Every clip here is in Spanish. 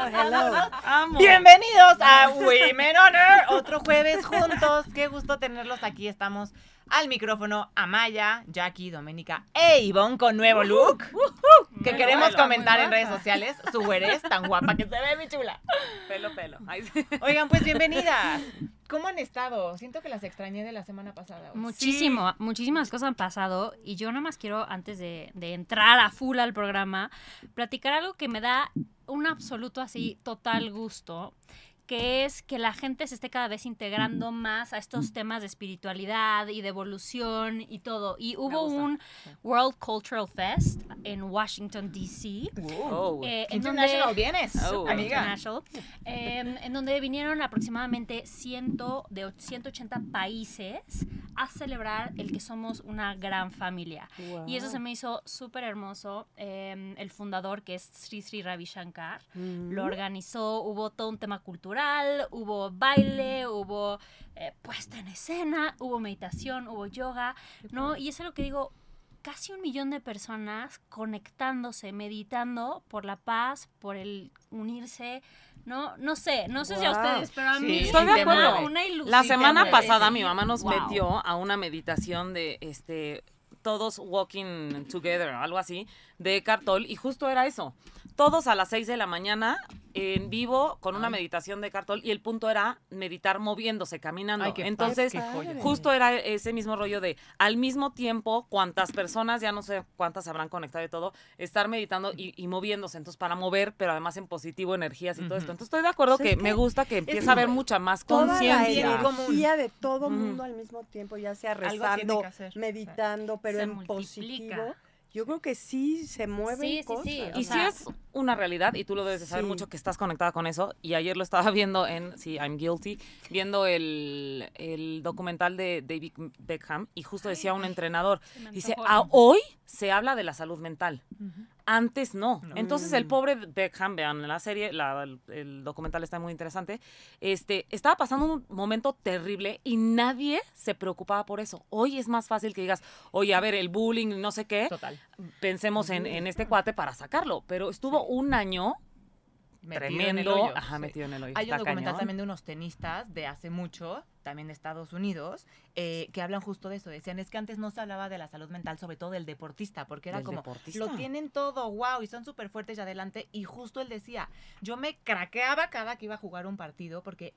hello. Amo. Bienvenidos a Women on Air, otro jueves juntos. Qué gusto tenerlos aquí. Estamos al micrófono Amaya, Jackie, Doménica e Ivonne con nuevo look que queremos comentar en redes sociales. Su güerez tan guapa que se ve, mi chula. Pelo. Ay, sí. Oigan, pues bienvenidas. ¿Cómo han estado? Siento que las extrañé de la semana pasada. Muchísimas cosas han pasado y yo nada más quiero, antes de entrar a full al programa, platicar algo que me da un absoluto así total gusto, que es que la gente se esté cada vez integrando más a estos temas de espiritualidad y de evolución y todo. Y hubo un World Cultural Fest en Washington, D.C. Oh. En donde, International vienes, amiga. International, en donde vinieron aproximadamente 180 países a celebrar el que somos una gran familia. Wow. Y eso se me hizo súper hermoso. El fundador, que es Sri Sri Ravi Shankar, lo organizó. Hubo todo un tema cultural, hubo baile, hubo puesta en escena, hubo meditación, hubo yoga, ¿no? Y eso es lo que digo, casi 1 millón de personas conectándose, meditando por la paz, por el unirse, ¿no? No sé si a ustedes, pero a mí estoy de acuerdo. Una ilusión. La semana te pasada amo. mi mamá nos Wow. metió a una meditación de todos walking together, algo así, de Eckhart Tolle, y justo era eso. Todos a las 6 de la mañana en vivo con una meditación de Eckhart Tolle, y el punto era meditar moviéndose, caminando. Ay, qué Entonces, qué joya. justo era ese mismo rollo de, al mismo tiempo, cuántas personas, ya no sé cuántas se habrán conectado y todo, estar meditando y moviéndose. Entonces, para mover, pero además en positivo, energías y todo esto. Entonces, estoy de acuerdo Pues que es me que gusta que empiece a haber mucha más Toda la conciencia. energía de todo mundo al mismo tiempo, ya sea Algo tiene rezando, que hacer. meditando, pero Se en multiplica. positivo. Yo creo que sí se mueven cosas. Sí. Y sí es una realidad, y tú lo debes de saber Sí. mucho, que estás conectada con eso. Y ayer lo estaba viendo I'm guilty, viendo el documental de David Beckham, y justo decía un entrenador, me dice, antojó. hoy se habla de la salud mental. Antes no. Entonces el pobre Beckham, vean la serie, el documental está muy interesante, estaba pasando un momento terrible y nadie se preocupaba por eso. Hoy es más fácil que digas, oye, a ver, el bullying, no sé qué, Total. pensemos en este cuate para sacarlo, pero estuvo un año Metido en el tremendo, hoyo, sí. metido en el hoyo. Hay un Está documental cañón. también de unos tenistas de hace mucho, también de Estados Unidos, que hablan justo de eso. Decían, es que antes no se hablaba de la salud mental, sobre todo del deportista, porque era ¿Del como, deportista? lo tienen todo, wow, y son súper fuertes y adelante. Y justo él decía, yo me craqueaba cada que iba a jugar un partido, porque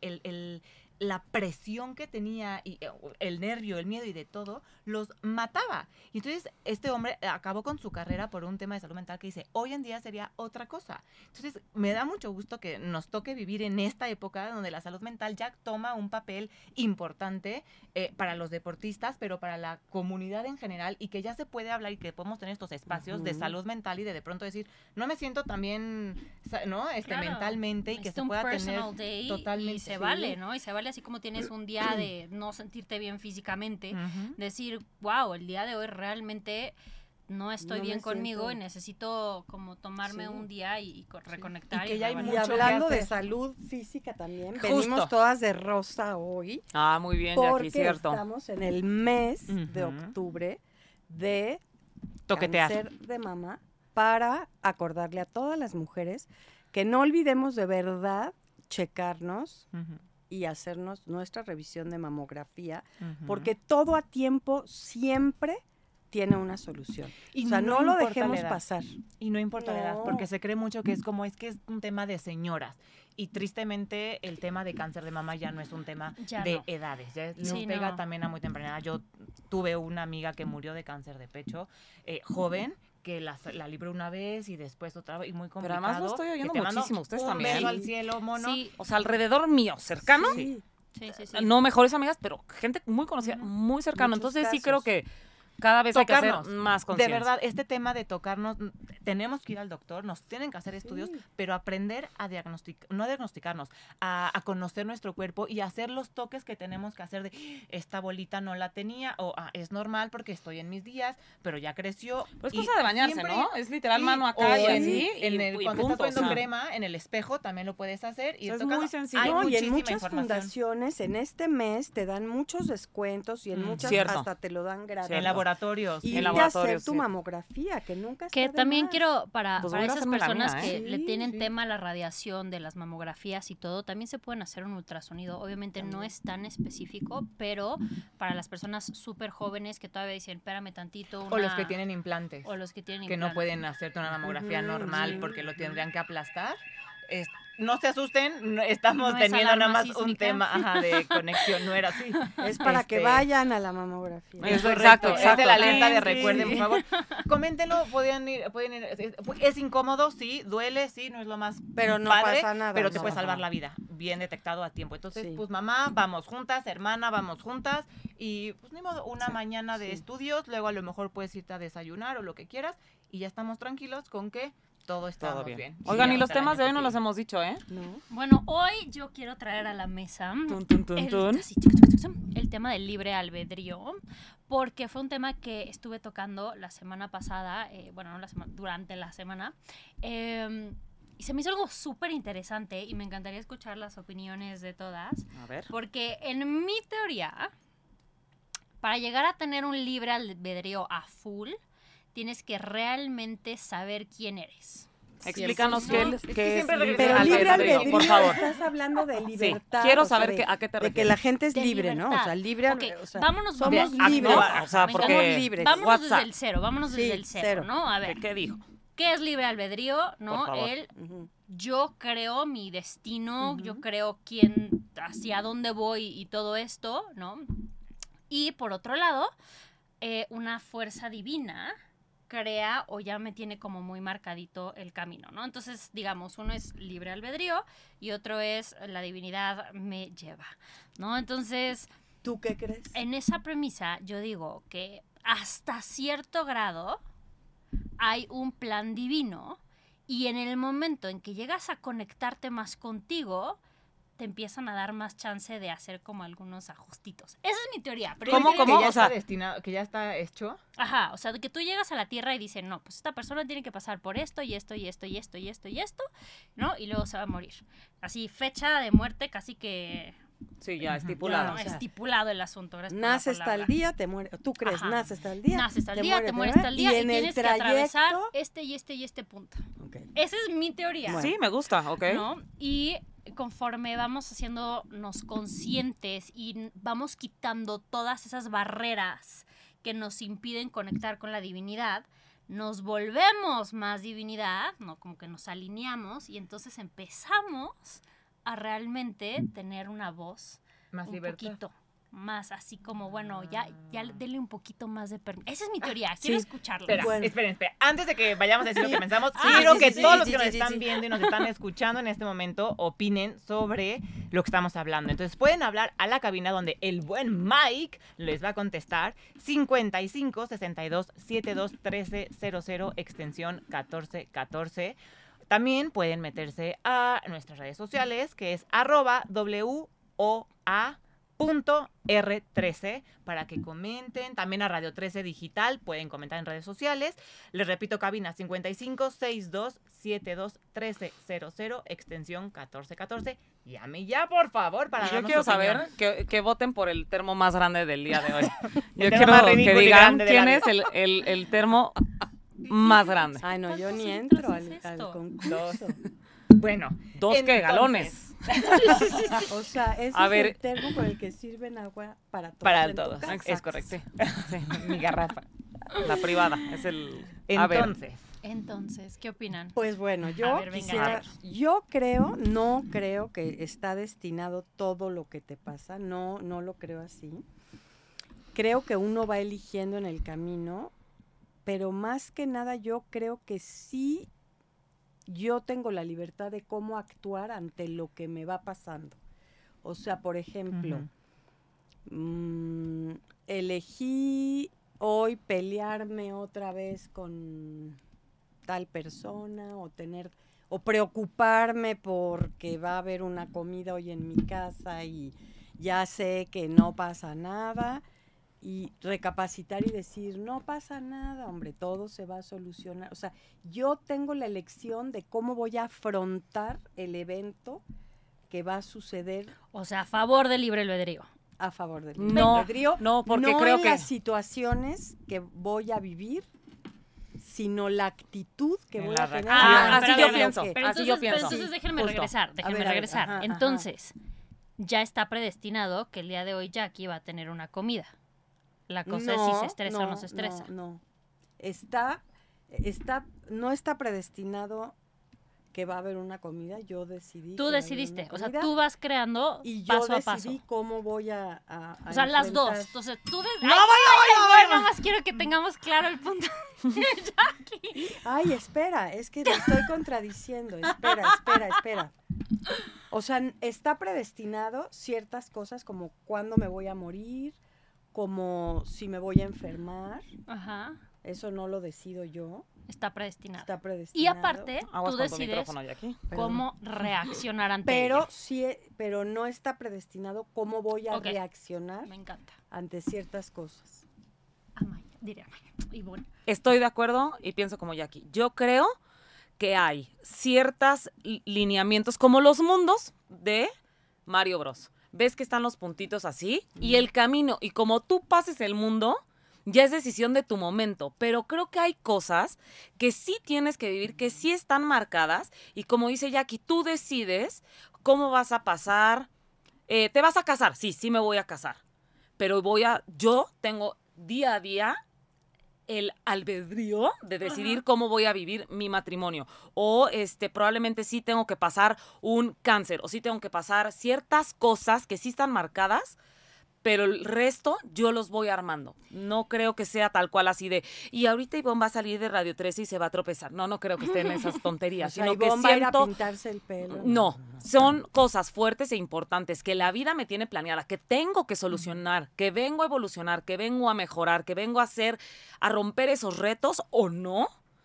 la presión que tenía, y el nervio, el miedo y de todo, los mataba. Y entonces este hombre acabó con su carrera por un tema de salud mental que dice, hoy en día sería otra cosa. Entonces me da mucho gusto que nos toque vivir en esta época donde la salud mental ya toma un papel importante para los deportistas, pero para la comunidad en general, y que ya se puede hablar y que podemos tener estos espacios de salud mental y de pronto decir, no me siento tan bien, ¿no? Claro. mentalmente, y que se un pueda tener personal day totalmente. y se sí. vale, ¿no? Y se vale así como tienes un día de no sentirte bien físicamente, Ujú. decir, wow, el día de hoy realmente no estoy No bien me conmigo siento- y necesito como tomarme Sí. un día y reconectar. Y que ya hay Y revaluar. mucho que hablando de hacer. salud física también, Justo. venimos todas de rosa hoy. Ah, muy bien, Jackie, Porque cierto. estamos en el mes de Ujú. octubre de Toquetear. cáncer de mama, para acordarle a todas las mujeres que no olvidemos de verdad checarnos Ujú. y hacernos nuestra revisión de mamografía, Ujú. porque todo a tiempo siempre tiene una solución. Y o sea, no lo importa dejemos la edad. pasar. Y no importa la edad, No. porque se cree mucho que es como, es que es un tema de señoras. Y tristemente el tema de cáncer de mama ya no es un tema Ya de no. edades. Ya nos Sí, pega no. también a muy temprana edad. Yo tuve una amiga que murió de cáncer de pecho, joven, que la libró una vez y después otra vez, y muy Pero complicado. además lo estoy que oyendo te mando muchísimo, ustedes un también. beso al cielo, mono. Sí, O sea, alrededor mío, cercano, Sí. sí. no mejores amigas, pero gente muy conocida, muy cercano. Muchos Entonces sí casos. creo que cada vez hay que Tocarnos. hacer más De conciencia. verdad, este tema de tocarnos, tenemos que ir al doctor, nos tienen que hacer estudios, Sí. pero aprender a no diagnosticarnos, a conocer nuestro cuerpo y hacer los toques que tenemos que hacer de, esta bolita no la tenía, o es normal porque estoy en mis días, pero ya creció. Pues Y cosa de bañarse, siempre- ¿no? Es literal sí, mano o acá y en- así. en y, el, y cuando punto, estás poniendo o sea. crema, en el espejo también lo puedes hacer. Y O sea, es tocando. muy sencillo. Hay No, y en muchísima muchas información. fundaciones en este mes te dan muchos descuentos y en muchas Cierto. hasta te lo dan gratis. Cierto. En laboratorios. Y En irte a laboratorio, hacer tu sí. mamografía, que nunca está Que de también más. quiero, para Pues voy a esas hacerme la personas mía, que ¿eh? le Sí, tienen sí. tema a la radiación de las mamografías y todo, también se pueden hacer un ultrasonido. Obviamente no es tan específico, pero para las personas súper jóvenes que todavía dicen, espérame tantito. O los que tienen implantes. O los que tienen que no implantes. pueden hacerte una mamografía Ujú, normal sí, porque lo ujú. tendrían que aplastar. No se asusten, estamos No es teniendo nada alarma más un sísmica. tema de conexión, no era así. Es para que vayan a la mamografía. Es Correcto, exacto, es de la exacto. alerta de Sí, recuerden, sí. por favor. Coméntenlo, pueden ir. Es incómodo, sí, duele, sí, no es lo más Pero no padre, pasa nada, pero te no. puede salvar Ajá. la vida, bien detectado a tiempo. Entonces, Sí. pues mamá, vamos juntas, hermana, vamos juntas y pues ni modo, una mañana de sí. estudios, luego a lo mejor puedes irte a desayunar o lo que quieras y ya estamos tranquilos con que todo está Todo bien. Sí, Oigan, y hasta los el temas año de hoy que no los sigue. hemos dicho, ¿eh? ¿No? Bueno, hoy yo quiero traer a la mesa Tun, tun, tun, tun. el tema del libre albedrío, porque fue un tema que estuve tocando la semana pasada, bueno, no la semana, durante la semana, y se me hizo algo súper interesante y me encantaría escuchar las opiniones de todas, A ver. porque en mi teoría, para llegar a tener un libre albedrío a full, tienes que realmente saber quién eres. Explícanos Sí, qué, el es que qué es siempre libre Pero Albedrío, libre albedrío, por favor. estás hablando de Sí, libertad. quiero o sea, saber de, a qué te de que refieres. la gente es De libre, ¿no? O sea, libertad. libre, Ok, o sea, vámonos, somos de libres. actuar. O sea, Me porque... Somos libres. Vámonos WhatsApp. desde el cero, vámonos Sí, desde el cero, cero. ¿no? A ver, ¿Qué dijo? ¿qué es libre albedrío? ¿No? Por favor. Ujú. Yo creo mi destino, Ujú. yo creo hacia dónde voy y todo esto, ¿no? Y por otro lado, una fuerza divina crea o ya me tiene como muy marcadito el camino, ¿no? Entonces, digamos, uno es libre albedrío y otro es la divinidad me lleva, ¿no? Entonces, ¿Tú qué crees? en esa premisa yo digo que hasta cierto grado hay un plan divino y en el momento en que llegas a conectarte más contigo, te empiezan a dar más chance de hacer como algunos ajustitos. Esa es mi teoría. Pero ¿Cómo, yo digo cómo? Que ya O sea- está destinado, que ya está hecho. Ajá, o sea, que tú llegas a la Tierra y dicen, no, pues esta persona tiene que pasar por esto y esto y esto y esto y esto y esto, ¿no? Y luego se va a morir. Así, fecha de muerte casi que Sí, ya, Ya, estipulado. o sea, estipulado el asunto. Gracias por la Naces tal palabra. día, te mueres. ¿Tú crees? Ajá. Naces tal día. Naces tal día, te mueres ¿verdad? tal día y, en el tienes que atravesar trayecto- este y este y este punto. Ok. Esa es mi teoría. Bueno. Sí, me gusta, ok. ¿No? Y conforme vamos haciéndonos conscientes y vamos quitando todas esas barreras que nos impiden conectar con la divinidad, nos volvemos más divinidad, ¿no? Como que nos alineamos y entonces empezamos a realmente tener una voz Más un libertad. poquito más así como, bueno, ya denle un poquito más de permiso. Esa es mi teoría, quiero escucharla. Espera, Bueno. esperen. Antes de que vayamos a decir lo que pensamos, Sí, quiero sí, que sí, todos sí, los que sí, nos sí, están sí. viendo y nos están escuchando en este momento opinen sobre lo que estamos hablando. Entonces pueden hablar a la cabina donde el buen Mike les va a contestar 55 62 72 13 00 extensión 1414. También pueden meterse a nuestras redes sociales que es @WOA.R13 para que comenten. También a Radio 13 Digital pueden comentar en redes sociales. Les repito, cabina 55 62 72 13 00 extensión 1414. Llame ya, por favor, para Yo darnos quiero su opinión. saber que voten por el termo más grande del día de hoy. Yo termo quiero más que ridículo y digan grande de la quién vida. es el termo más grande. Ay, no, yo ¿Cuántos ni litros entro es al esto? concurso. Bueno, Dos que entonces, galones. O sea, ese A es ver. el termo con el que sirven agua para todos. Para en tu todos, casa. Es correcto. Sí, mi garrafa. la privada. Es el. A ver. Entonces, Entonces, ¿qué opinan? Pues bueno, yo ver, venga. quisiera, no creo que está destinado todo lo que te pasa, no lo creo así. Creo que uno va eligiendo en el camino, pero más que nada yo creo que sí yo tengo la libertad de cómo actuar ante lo que me va pasando. O sea, por ejemplo, elegí hoy pelearme otra vez con tal persona o preocuparme porque va a haber una comida hoy en mi casa y ya sé que no pasa nada y recapacitar y decir, no pasa nada, hombre, todo se va a solucionar. O sea, yo tengo la elección de cómo voy a afrontar el evento que va a suceder. O sea, a favor del libre albedrío. a favor del No, albedrío. no, porque no creo en que- las situaciones que voy a vivir, sino la actitud que En voy la a tener. reacción. Ah, ante así yo lo pienso. que- Pero Así entonces, yo pienso. entonces Sí, déjenme justo. regresar, A déjenme ver, regresar. ajá, ajá. Entonces, ya está predestinado que el día de hoy Jackie va a tener una comida. La cosa es si se estresa o no se estresa. No. No está predestinado que va a haber una comida. Yo decidí. Tú que va a haber decidiste, una o sea, comida, tú vas creando y yo paso a decidí paso. cómo voy a O sea, las dos. enfrentar. Entonces, tú ¡No, ay, nada más quiero que tengamos claro el punto de Jackie. Ay, espera, es que me estoy contradiciendo. Espera. O sea, está predestinado ciertas cosas como cuándo me voy a morir, como si me voy a enfermar. Ajá, Eso no lo decido yo. está predestinado. Está Y predestinado. aparte, Aguas tú con tu decides micrófono, Jackie. cómo reaccionar ante Pero ello. sí, pero no está predestinado cómo voy a Ok. reaccionar Me encanta. ante ciertas cosas. Amaya, diré Amaya. Y bueno, Estoy de acuerdo y pienso como Jackie. Yo creo que hay ciertos lineamientos, como los mundos de Mario Bros. Ves que están los puntitos así y el camino, y como tú pases el mundo, ya es decisión de tu momento. Pero creo que hay cosas que sí tienes que vivir, que sí están marcadas, y como dice Jackie, tú decides cómo vas a pasar. ¿Te vas a casar? Sí me voy a casar. Pero yo tengo día a día el albedrío de decidir cómo voy a vivir mi matrimonio. O probablemente sí tengo que pasar un cáncer, o sí tengo que pasar ciertas cosas que sí están marcadas, pero el resto yo los voy armando. No creo que sea tal cual así de, y ahorita Ivonne va a salir de Radio 13 y se va a tropezar. No creo que estén esas tonterías, O sea, sino que Ivonne va a ir a siento... pintarse el pelo. No, son cosas fuertes e importantes que la vida me tiene planeada, que tengo que solucionar, que vengo a evolucionar, que vengo a mejorar, que vengo a romper esos retos o no,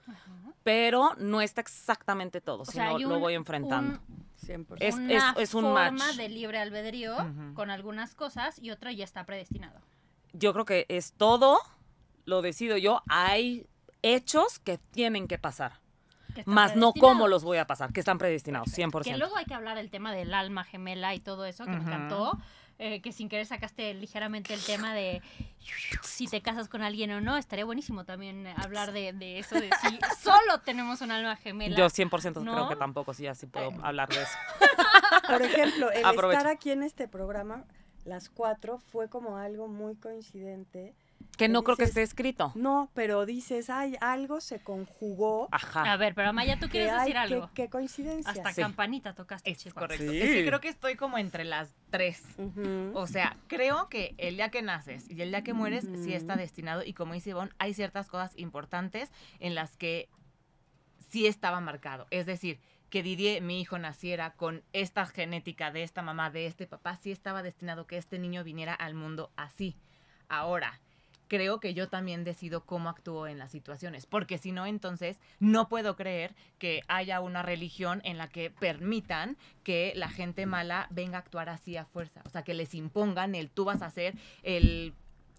pero no está exactamente todo, o si sea, no hay lo voy enfrentando. 100%. Es un una match. forma de libre albedrío Ujú. con algunas cosas y otra ya está predestinado. Yo creo que es todo, lo decido yo, hay hechos que tienen que pasar, Que están más no predestinados. cómo los voy a pasar, que están predestinados, 100%. Que luego hay que hablar del tema del alma gemela y todo eso, que me Ujú. encantó. Que sin querer sacaste ligeramente el tema de si te casas con alguien o no. Estaría buenísimo también hablar de eso, de si solo tenemos un alma gemela. Yo 100% ¿No? creo que tampoco, sí, así puedo hablar de eso. Por ejemplo, el Aprovecho. estar aquí en este programa, las 4, fue como algo muy coincidente. Que no creo que dices, esté escrito. No, pero dices, ay, algo se conjugó. Ajá. A ver, pero Amaya, ¿tú quieres decir algo? Qué coincidencia. Hasta Sí. campanita tocaste, Es chicos. correcto. Sí. Es que creo que estoy como entre las tres. Ujú. O sea, creo que el día que naces y el día que mueres sí está destinado, y como dice Ivonne, hay ciertas cosas importantes en las que sí estaba marcado. Es decir, que Didier, mi hijo, naciera con esta genética de esta mamá, de este papá, sí estaba destinado que este niño viniera al mundo así. Ahora, creo que yo también decido cómo actúo en las situaciones, porque si no, entonces no puedo creer que haya una religión en la que permitan que la gente mala venga a actuar así a fuerza, o sea, que les impongan el tú vas a ser el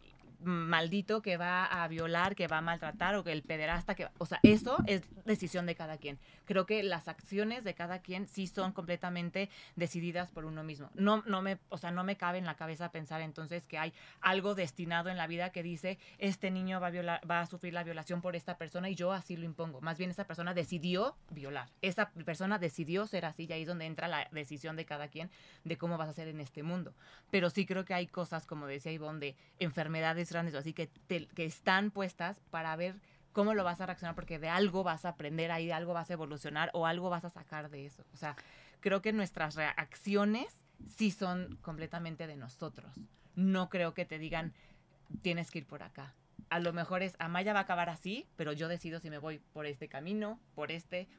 maldito que va a violar, que va a maltratar, o que el pederasta que o sea, eso es decisión de cada quien. Creo que las acciones de cada quien sí son completamente decididas por uno mismo. No me cabe en la cabeza pensar entonces que hay algo destinado en la vida que dice este niño va a sufrir la violación por esta persona y yo así lo impongo. Más bien esa persona decidió violar. Esa persona decidió ser así, y ahí es donde entra la decisión de cada quien de cómo vas a ser en este mundo. Pero sí creo que hay cosas, como decía Ivonne, de enfermedades grandes o así que están puestas para ver cómo lo vas a reaccionar, porque de algo vas a aprender ahí, de algo vas a evolucionar o algo vas a sacar de eso. O sea, creo que nuestras reacciones sí son completamente de nosotros. No creo que te digan, tienes que ir por acá. A lo mejor Amaya va a acabar así, pero yo decido si me voy por este camino, por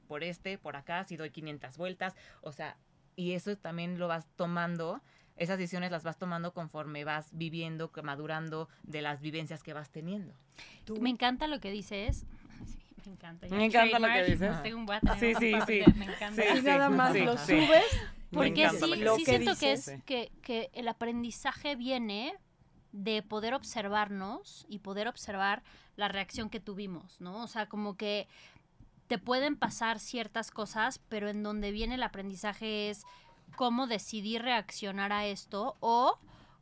acá, si doy 500 vueltas. O sea, y eso también lo vas tomando. Esas decisiones las vas tomando conforme vas viviendo, madurando de las vivencias que vas teniendo. Me encanta lo que dices. Sí, me encanta. Ya Me encanta lo que trademark, dices. Tengo un voy a tener Sí, un sí, papel, sí. Me encanta. Sí, Y nada más sí, lo sí. subes. Me Porque encanta sí, lo que siento dices. que el aprendizaje viene de poder observarnos y poder observar la reacción que tuvimos, ¿no? O sea, como que te pueden pasar ciertas cosas, pero en donde viene el aprendizaje es cómo decidí reaccionar a esto o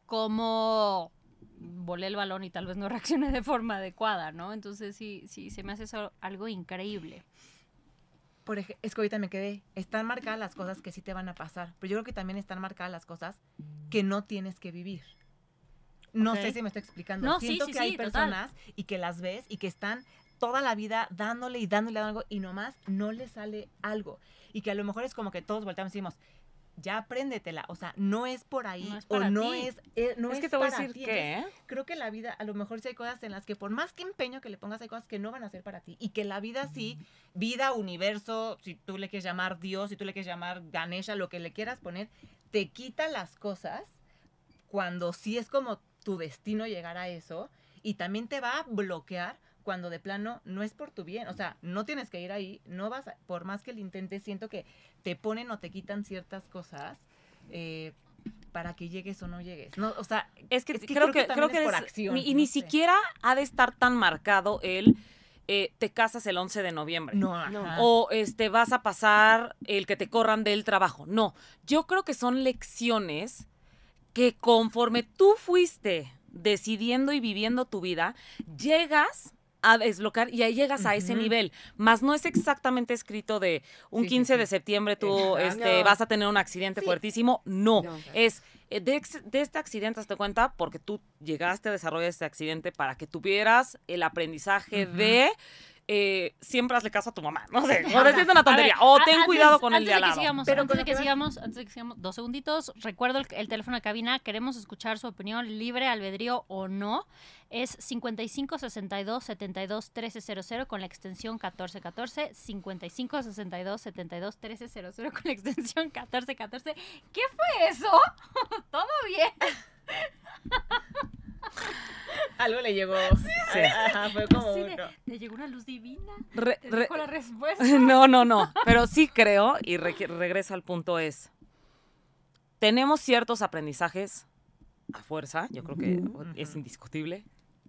cómo volé el balón y tal vez no reaccioné de forma adecuada, ¿no? Entonces sí, se me hace eso algo increíble. Es que ahorita me quedé, están marcadas las cosas que sí te van a pasar, pero yo creo que también están marcadas las cosas que no tienes que vivir. No sé si me estoy explicando. No, Siento sí, que hay total. personas y que las ves y que están toda la vida dándole y dándole algo y nomás no les sale algo. Y que a lo mejor es como que todos volteamos y decimos, ya apréndetela, o sea, no es por ahí, No es o para no ti. es que te voy a para decir ti. que, Entonces, creo que la vida, a lo mejor sí hay cosas en las que por más que empeño que le pongas, hay cosas que no van a ser para ti. Y que la vida sí, vida, universo, si tú le quieres llamar Dios, si tú le quieres llamar Ganesha, lo que le quieras poner, te quita las cosas cuando sí es como tu destino llegar a eso, y también te va a bloquear cuando de plano no es por tu bien. O sea, no tienes que ir ahí, no vas a, por más que lo intentes, siento que te ponen o te quitan ciertas cosas para que llegues o no llegues. No, o sea, Es que creo que también es por es- acción. y no ni sé. siquiera ha de estar tan marcado el te casas el 11 de noviembre. No, No. ajá. O vas a pasar el que te corran del trabajo. No, yo creo que son lecciones que conforme tú fuiste decidiendo y viviendo tu vida, llegas a desbloquear y ahí llegas a ese Ujú. nivel. Más no es exactamente escrito de un Sí, sí, 15 sí. de septiembre tú Exacto. No. vas a tener un accidente Sí. fuertísimo. No, No. es de este accidente, hazte cuenta, porque tú llegaste a desarrollar este accidente para que tuvieras el aprendizaje Ujú. de siempre hazle caso a tu mamá, no sé, o Ajá. decirte una tontería, o ten cuidado con el de al lado. Pero Antes con de lo que que sigamos, 2 segunditos, recuerdo el teléfono de cabina, queremos escuchar su opinión, libre albedrío o no, es 55 62 72 1300 con la extensión 1414, 55 62 72 1300 con la extensión 1414. ¿Qué fue eso? ¿Todo bien? Algo le llegó. Sí. Ajá, fue como Así uno. le llegó una luz divina. Re- Te re- dijo la respuesta. no, pero sí creo, y regreso al punto es, tenemos ciertos aprendizajes a fuerza, yo creo que es indiscutible,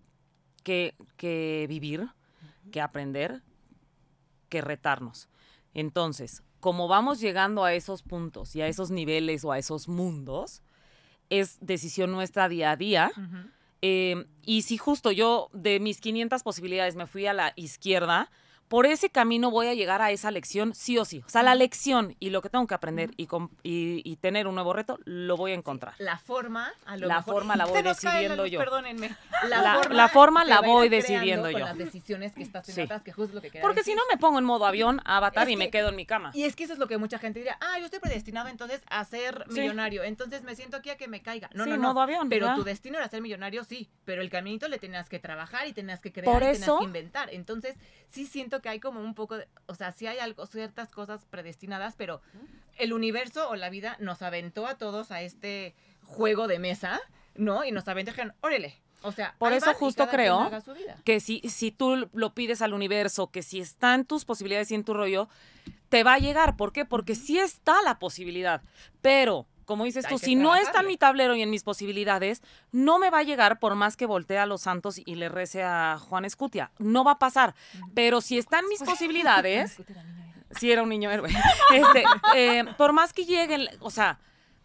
que vivir, que aprender, que retarnos. Entonces, como vamos llegando a esos puntos y a esos niveles o a esos mundos, es decisión nuestra día a día. Ujú. Y si justo yo de mis 500 posibilidades me fui a la izquierda, por ese camino voy a llegar a esa lección sí o sí. O sea, la lección y lo que tengo que aprender y tener un nuevo reto, lo voy a encontrar. La forma, a lo La mejor. forma la voy Se nos cae decidiendo luz, yo. Perdónenme. La forma se la va a ir voy creando decidiendo con yo. las decisiones que estás Sí. teniendo atrás, que justo es lo que quería Porque si decir. no me pongo en modo avión, avatar Es y me que- quedo en mi cama. Y es que eso es lo que mucha gente diría, yo estoy predestinado entonces a ser Sí. millonario, entonces me siento aquí a que me caiga. No, Sí, no, no. modo avión, Pero ya. tu destino era ser millonario, sí, pero el caminito le tenías que trabajar y tenías que crear Por y tenías eso- que inventar. Entonces, sí siento que hay como un poco de, o sea, sí hay algo, ciertas cosas predestinadas, pero el universo o la vida nos aventó a todos a este juego de mesa, ¿no? Y nos aventó y dijeron, órale. O sea, Por ahí eso van y justo cada quien creo haga su vida. que si tú lo pides al universo, que si está en tus posibilidades y en tu rollo, te va a llegar. ¿Por qué? Porque sí está la posibilidad. Pero, como dices Hay tú, que si no está en trabajarle. mi tablero y en mis posibilidades, no me va a llegar por más que voltee a los santos y le rece a Juan Escutia. No va a pasar. Pero si está en mis posibilidades, si era un niño héroe, por más que lleguen, o sea,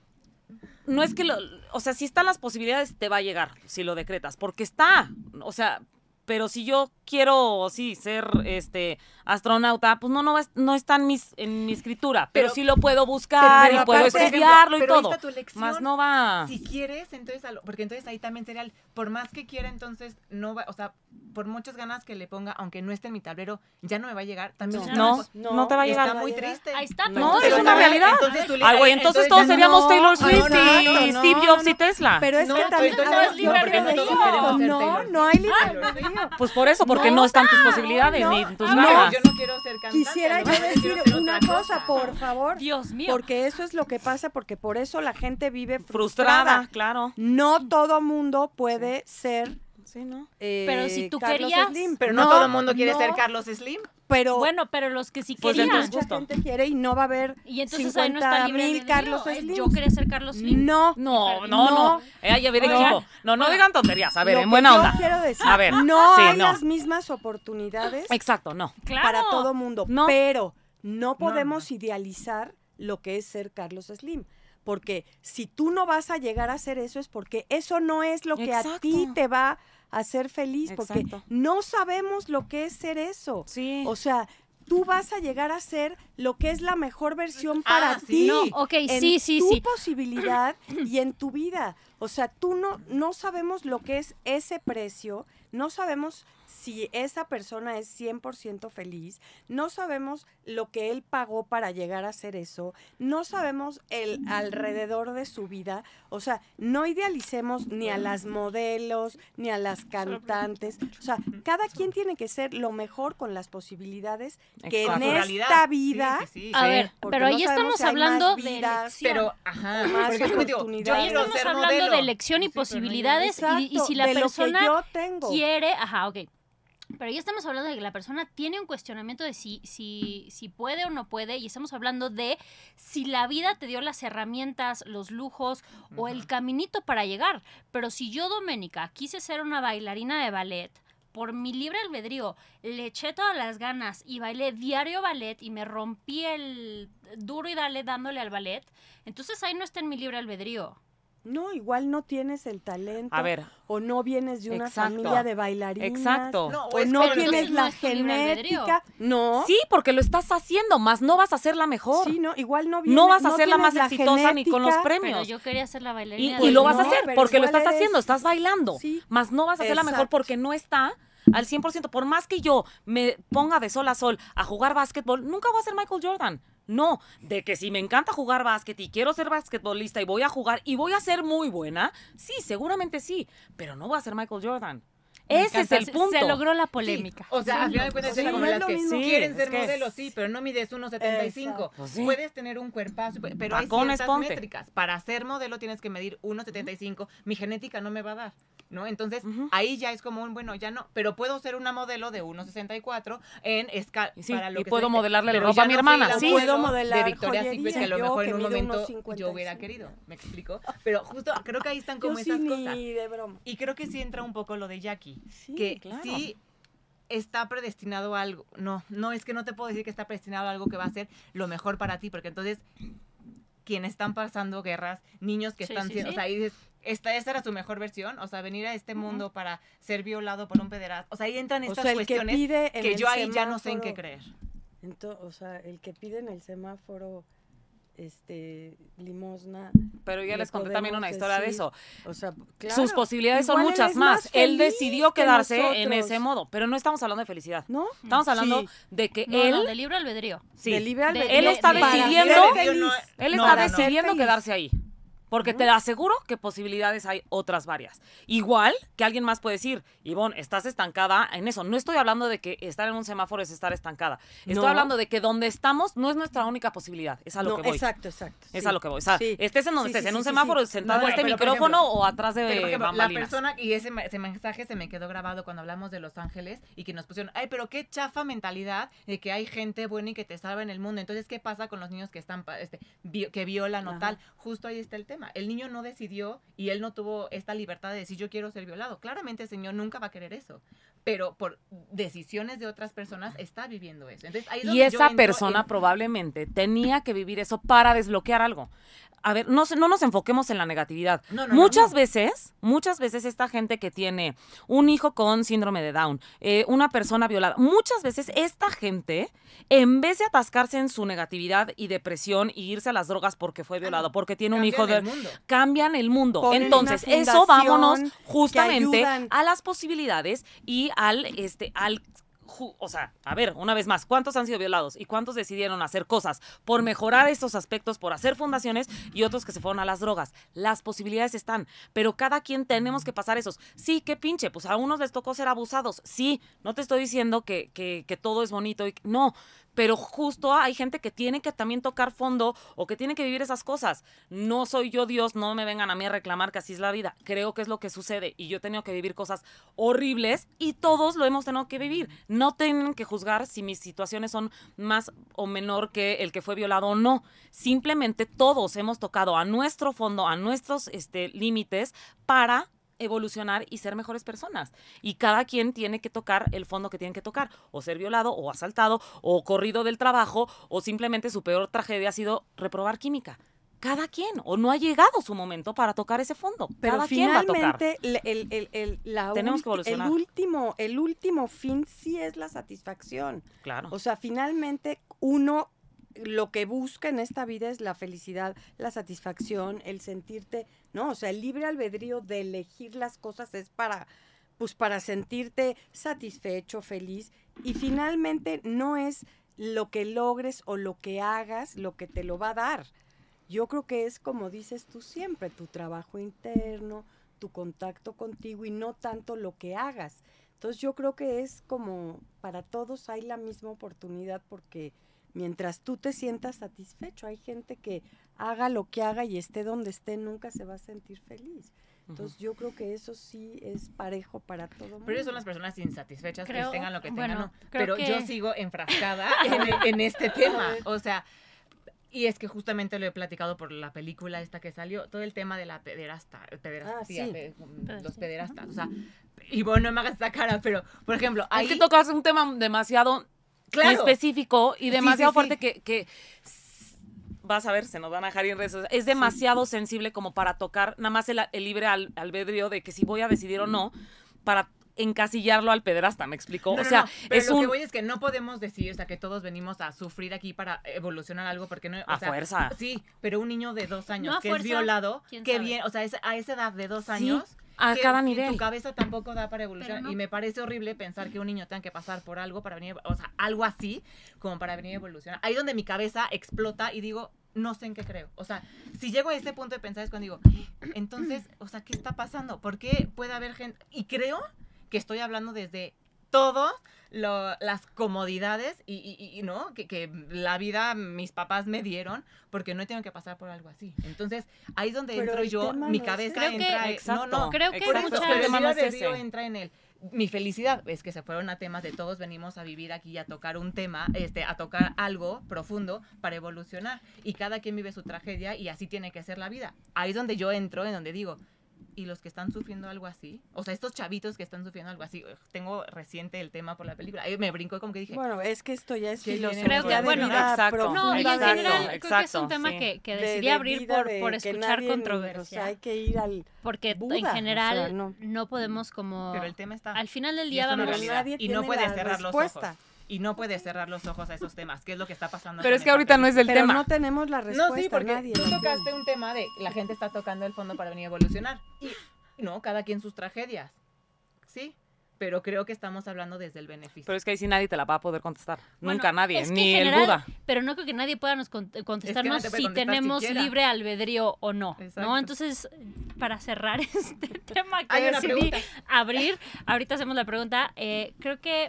no es que o sea, si están las posibilidades, te va a llegar si lo decretas, porque está, o sea, pero si yo quiero, sí, ser astronauta, pues no está en mi escritura, pero sí lo puedo buscar pero y puedo aparte, por estudiarlo ejemplo, y pero ahí todo. está tu elección. Más no va. Si quieres, entonces, porque entonces ahí también sería, por más que quiera, entonces no va, o sea, por muchas ganas que le ponga, aunque no esté en mi tablero, ya no me va a llegar. También No te va a llegar. Está muy triste. Ahí está. No, pero es Pero una también, realidad. entonces tú le- Ay, güey, entonces todos ya seríamos no. Taylor Ay, Swift no, y no, Steve Jobs y no. Tesla. Pero es No, que también entonces no no, es libre porque no todos albedrío. queremos ser No, Taylor no hay libre Swift. albedrío. Pues por eso, porque no están tus posibilidades no. ni tus No. ganas. Yo no quiero ser cantante. Quisiera a lo yo mejor quiero decir ser una otra cosa, por favor. Dios mío. Porque eso es lo que pasa, porque por eso la gente vive Frustrada, frustrada. claro. No todo mundo puede ser Sí, ¿no? Pero si tú Carlos querías- Slim. Pero no, todo el mundo quiere ser Carlos Slim. Pero Bueno, pero los que sí Pues querían. entonces, mucha justo. gente quiere y no va a haber Y entonces ahí no está libre 50,000 Carlos albedrío. Slim. Yo quería ser Carlos Slim. No. No, No. no. Ya ver No. equipo. No digan tonterías. A ver, Lo en que buena yo onda. quiero decir, A ver, no sí, hay no. las mismas oportunidades Exacto, no. Claro. para todo mundo, No. pero no podemos no. idealizar lo que es ser Carlos Slim, porque si tú no vas a llegar a hacer eso es porque eso no es lo que a Exacto. ti te va a hacer feliz, porque Exacto. no sabemos lo que es ser eso. Sí. O sea, tú vas a llegar a ser lo que es la mejor versión para sí. ti. No, ok, en sí. tu posibilidad y en tu vida. O sea, tú no sabemos lo que es ese precio, no sabemos si esa persona es 100% feliz, no sabemos lo que él pagó para llegar a hacer eso, no sabemos el alrededor de su vida. O sea, no idealicemos ni a las modelos, ni a las cantantes. O sea, cada quien tiene que ser lo mejor con las posibilidades que Exacto. en Con su realidad. esta vida... Sí, sí, sí. A ver, porque pero no ahí sabemos estamos si hay más hablando de vidas, elección. Pero, ajá, más porque yo digo, oportunidades. yo Ahí quiero estamos ser hablando modelo. de elección y Sí, pero no, posibilidades y Exacto, si la de lo que persona yo tengo. quiere, ajá, ok. Pero ya estamos hablando de que la persona tiene un cuestionamiento de si puede o no puede, y estamos hablando de si la vida te dio las herramientas, los lujos o el caminito para llegar. Pero si yo, Doménica, quise ser una bailarina de ballet, por mi libre albedrío, le eché todas las ganas y bailé diario ballet y me rompí el duro y dándole al ballet, entonces ahí no está en mi libre albedrío. No, igual no tienes el talento. A ver. O no vienes de una Exacto. familia de bailarinas. Exacto. No, O es no que entonces tienes no la es tu libre albedrío. genética. No. Sí, porque lo estás haciendo, más no vas a ser la mejor. Sí, no, igual no No vas a no ser la tienes más exitosa ni con los genética. Pero premios. yo quería ser la Y, bailarina. y de lo Pues vas a no, hacer pero porque lo igual estás haciendo, eres- estás bailando. Sí. Más no vas a ser la mejor Exacto. porque no está al 100%. Por más que yo me ponga de sol a sol a jugar básquetbol, nunca voy a ser Michael Jordan. No, de que si me encanta jugar básquet y quiero ser basquetbolista y voy a jugar y voy a ser muy buena, sí, seguramente sí, pero no voy a ser Michael Jordan. Me Ese es encanta, el punto. Se logró la Sí, polémica. o sea, Sí, al final de cuentas sí, es como no es las lo que mismo. quieren Sí, ser es que es- modelos, sí, pero no mides 1,75. Exacto. Pues sí. Puedes tener un cuerpazo, pero hay Tacones, ciertas ponte. métricas. Para ser modelo tienes que medir 1,75. Mi genética no me va a dar, ¿no? Entonces, Ujú. ahí ya es como un, bueno, ya no. Pero puedo ser una modelo de 1,64 en escala. Y sí, para lo y que puedo se- modelarle la pero ropa ya a mi no hermana, soy la sí. modelo Puedo modelar de Victoria's joyería, Secret, que a lo yo mejor que en un mido momento 1,55. yo hubiera querido. ¿Me explico? Pero justo creo que ahí están como Yo sí esas ni cosas. de broma. Y creo que sí entra un poco lo de Jackie. Sí, que claro. sí está predestinado a algo. No, es que no te puedo decir que está predestinado a algo que va a ser lo mejor para ti, porque entonces quienes están pasando guerras, niños que Sí, están sí, siendo, sí. o sea, ahí dices, esta era su mejor versión, o sea, venir a este mundo para ser violado por un pederasta, o sea, ahí entran O estas sea, el que cuestiones pide en que el yo ahí ya no sé en qué semáforo- creer. O sea, el que pide en el semáforo limosna. Pero ya le les conté también una podemos historia de decir, eso. O sea, claro, Sus posibilidades son igual él muchas es más. Él feliz decidió que quedarse en nosotros, ese modo, pero no estamos hablando de felicidad. ¿no? Estamos hablando Sí. de que No, él, no, de libre albedrío. sí, De libre de- albedrío él está para decidiendo- ser Yo feliz. no- él no, está no, no. decidiendo Ser feliz. quedarse ahí. Porque te aseguro que posibilidades hay otras varias. Igual que alguien más puede decir, Ivonne, estás estancada en eso. No estoy hablando de que estar en un semáforo es estar estancada. Estoy No. hablando de que donde estamos no es nuestra única posibilidad. Es a lo No, que voy. exacto. Es sí. a lo que voy. O sea, Sí. estés en donde Sí, estés, sí, en un sí, semáforo, sí. sentado No, en este pero, por micrófono ejemplo, o atrás de Pero, por ejemplo, la bambalinas. persona, y ese mensaje se me quedó grabado cuando hablamos de Los Ángeles y que nos pusieron, ay, pero qué chafa mentalidad de que hay gente buena y que te salva en el mundo. Entonces, ¿qué pasa con los niños que están, que violan o Ajá. tal? Justo ahí está el tema. El niño no decidió y él no tuvo esta libertad de decir, yo quiero ser violado. Claramente el señor nunca va a querer eso, pero por decisiones de otras personas está viviendo eso. Entonces, ahí es Y donde yo esa entro persona en- probablemente tenía que vivir eso para desbloquear algo. A ver, no nos enfoquemos en la negatividad. No, no, muchas no. veces esta gente que tiene un hijo con síndrome de Down, una persona violada, muchas veces esta gente, en vez de atascarse en su negatividad y depresión y irse a las drogas porque fue violado, porque tiene un hijo Cambian de... el mundo. Cambian el mundo. Ponen Entonces, una eso vámonos fundación justamente que ayudan. a las posibilidades y al o sea, a ver, una vez más, ¿cuántos han sido violados y cuántos decidieron hacer cosas por mejorar estos aspectos, por hacer fundaciones y otros que se fueron a las drogas? Las posibilidades están, pero cada quien tenemos que pasar esos. Sí, qué pinche, pues a unos les tocó ser abusados. Sí, no te estoy diciendo que todo es bonito, no, pero justo hay gente que tiene que también tocar fondo o que tiene que vivir esas cosas. No soy yo Dios, no me vengan a mí a reclamar que así es la vida. Creo que es lo que sucede y yo he tenido que vivir cosas horribles y todos lo hemos tenido que vivir. No tienen que juzgar si mis situaciones son más o menor que el que fue violado o no. Simplemente todos hemos tocado a nuestro fondo, a nuestros límites para evolucionar y ser mejores personas. Y cada quien tiene que tocar el fondo que tiene que tocar, o ser violado, o asaltado, o corrido del trabajo, o simplemente su peor tragedia ha sido reprobar química. cada quien, o no ha llegado su momento para tocar ese fondo. Pero cada quien va a tocar. finalmente Tenemos que evolucionar. el último fin sí es la satisfacción. Claro. O sea, finalmente uno lo que busca en esta vida es la felicidad, la satisfacción, el sentirte, ¿no? O sea, el libre albedrío de elegir las cosas es para sentirte satisfecho, feliz, y finalmente no es lo que logres o lo que hagas lo que te lo va a dar. Yo creo que es como dices tú siempre, tu trabajo interno, tu contacto contigo y no tanto lo que hagas. Entonces yo creo que es como para todos hay la misma oportunidad porque mientras tú te sientas satisfecho, hay gente que haga lo que haga y esté donde esté, nunca se va a sentir feliz. Entonces yo creo que eso sí es parejo para todo mundo. Pero ellos son las personas insatisfechas, Creo- que tengan lo que bueno, tengan, no. creo Pero que- yo sigo enfrascada en este tema. O sea, y es que justamente lo he platicado por la película esta que salió, todo el tema de la pederastía, sí. los pederastas. O sea, y bueno, no me hagas esa cara, pero, por ejemplo, ahí... Es que tocas un tema demasiado Claro. específico y Sí, demasiado sí, fuerte que vas a ver, se nos van a dejar en redes sociales. Es demasiado sensible como para tocar nada más el libre albedrío de que si voy a decidir o no, para encasillarlo al pederasta, ¿me explicó? No, o sea, no, pero es lo que un... voy es que no podemos decir, o sea, que todos venimos a sufrir aquí para evolucionar algo, porque no... A fuerza. Sí, pero un niño de 2 años No a que fuerza, es violado, quién qué sabe. bien, o sea, a esa edad de 2 Sí, años... a que cada tu nivel. cabeza tampoco da para evolucionar. Pero no. Y me parece horrible pensar que un niño tenga que pasar por algo para venir, o sea, algo así, como para venir a evolucionar. Ahí donde mi cabeza explota y digo, no sé en qué creo. O sea, si llego a ese punto de pensar es cuando digo, entonces, o sea, ¿qué está pasando? ¿Por qué puede haber gente? Y creo que estoy hablando desde todas las comodidades y ¿no? Que la vida, mis papás me dieron, porque no he tenido que pasar por algo así. Entonces, ahí es donde Pero entro el yo, tema mi no es cabeza Creo que- entra... Exacto. No, Creo que por hay eso, mucha- pero el tema no libre es albedrío ese. entra en mi felicidad es que se fueron a temas de todos venimos a vivir aquí y a tocar un tema, a tocar algo profundo para evolucionar. Y cada quien vive su tragedia y así tiene que ser la vida. Ahí es donde yo entro, en donde digo, ¿y los que están sufriendo algo así? O sea, estos chavitos que están sufriendo algo así. Tengo reciente el tema por la película. Ahí me brincó como que dije, Bueno, es que esto ya es Que filosofía creo que, de bueno, vida exacto. profunda. No, y en Exacto, general creo que es exacto, un tema sí. que de- decidí de abrir vida, por que escuchar nadie, controversia. O sea, hay que ir al... Porque Buda, en general o sea, no. podemos como... pero el tema está... Al final del Y día es una vamos... Pero realidad. nadie Y no tiene puedes la cerrar los respuesta. ojos. Y no puedes cerrar los ojos a esos temas, que es lo que está pasando. Pero con es que esa ahorita no es del Pero tema. no tenemos la respuesta, No, sí, porque nadie tú la tocaste tiene. un tema de la gente está tocando el fondo para venir a evolucionar. Y no, cada quien sus tragedias. Sí, pero creo que estamos hablando desde el beneficio. Pero es que ahí sí nadie te la va a poder contestar. Bueno, Nunca nadie, es que ni en el general, Buda. Pero no creo que nadie pueda nos contestarnos puede si contestar tenemos siquiera. libre albedrío o no, Exacto. ¿no? Entonces, para cerrar este tema que Hay una decidí pregunta. abrir, ahorita hacemos la pregunta, creo que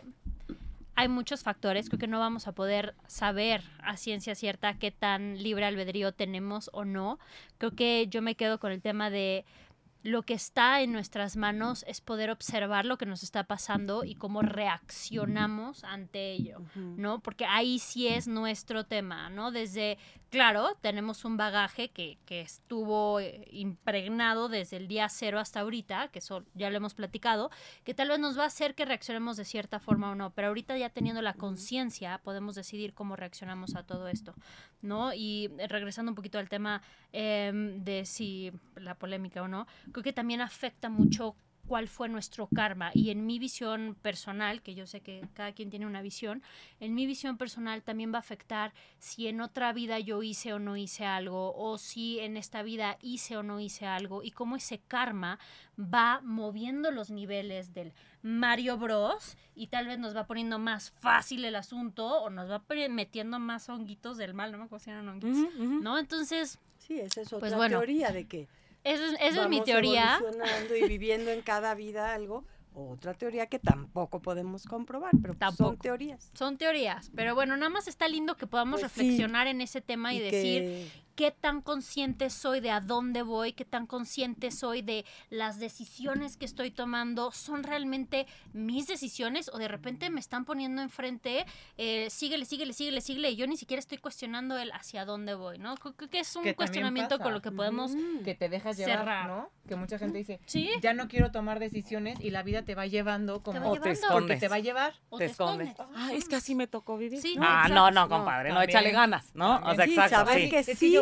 hay muchos factores, creo que no vamos a poder saber a ciencia cierta qué tan libre albedrío tenemos o no. Creo que yo me quedo con el tema de lo que está en nuestras manos es poder observar lo que nos está pasando y cómo reaccionamos ante ello, ¿no? Porque ahí sí es nuestro tema, ¿no? Desde, claro, tenemos un bagaje que estuvo impregnado desde el día 0 hasta ahorita, que eso ya lo hemos platicado, que tal vez nos va a hacer que reaccionemos de cierta forma o no, pero ahorita ya teniendo la conciencia podemos decidir cómo reaccionamos a todo esto, ¿no? Y regresando un poquito al tema de si la polémica o no, creo que también afecta mucho cuál fue nuestro karma. Y en mi visión personal, que yo sé que cada quien tiene una visión, en mi visión personal también va a afectar si en otra vida yo hice o no hice algo, o si en esta vida hice o no hice algo, y cómo ese karma va moviendo los niveles del Mario Bros. Y tal vez nos va poniendo más fácil el asunto, o nos va metiendo más honguitos del mal, no me acuerdo si eran honguitos, Ujú, ujú. ¿no? Entonces, Sí, esa es otra Pues bueno. teoría de que esa es mi vamos teoría. evolucionando y viviendo en cada vida algo. Otra teoría que tampoco podemos comprobar, pero pues son Tampoco. teorías. Son teorías, pero bueno, nada más está lindo que podamos Pues sí. reflexionar en ese tema y decir que qué tan consciente soy de a dónde voy, qué tan consciente soy de las decisiones que estoy tomando, son realmente mis decisiones o de repente me están poniendo enfrente, síguele, y yo ni siquiera estoy cuestionando el hacia dónde voy, ¿no? Creo que es un Que también cuestionamiento pasa. con lo que podemos... Que te dejas llevar, cerrar. ¿no? Que mucha gente dice, Sí, ya no quiero tomar decisiones y la vida te va llevando como... va O te llevando. Porque escondes. te va a llevar. o Te te escondes. escondes. Ah, es que así me tocó vivir. Sí, Ah, exacto. no, compadre, no, también. échale ganas, ¿no? O sea, Sí, exacto, saber sí. que Es que sí yo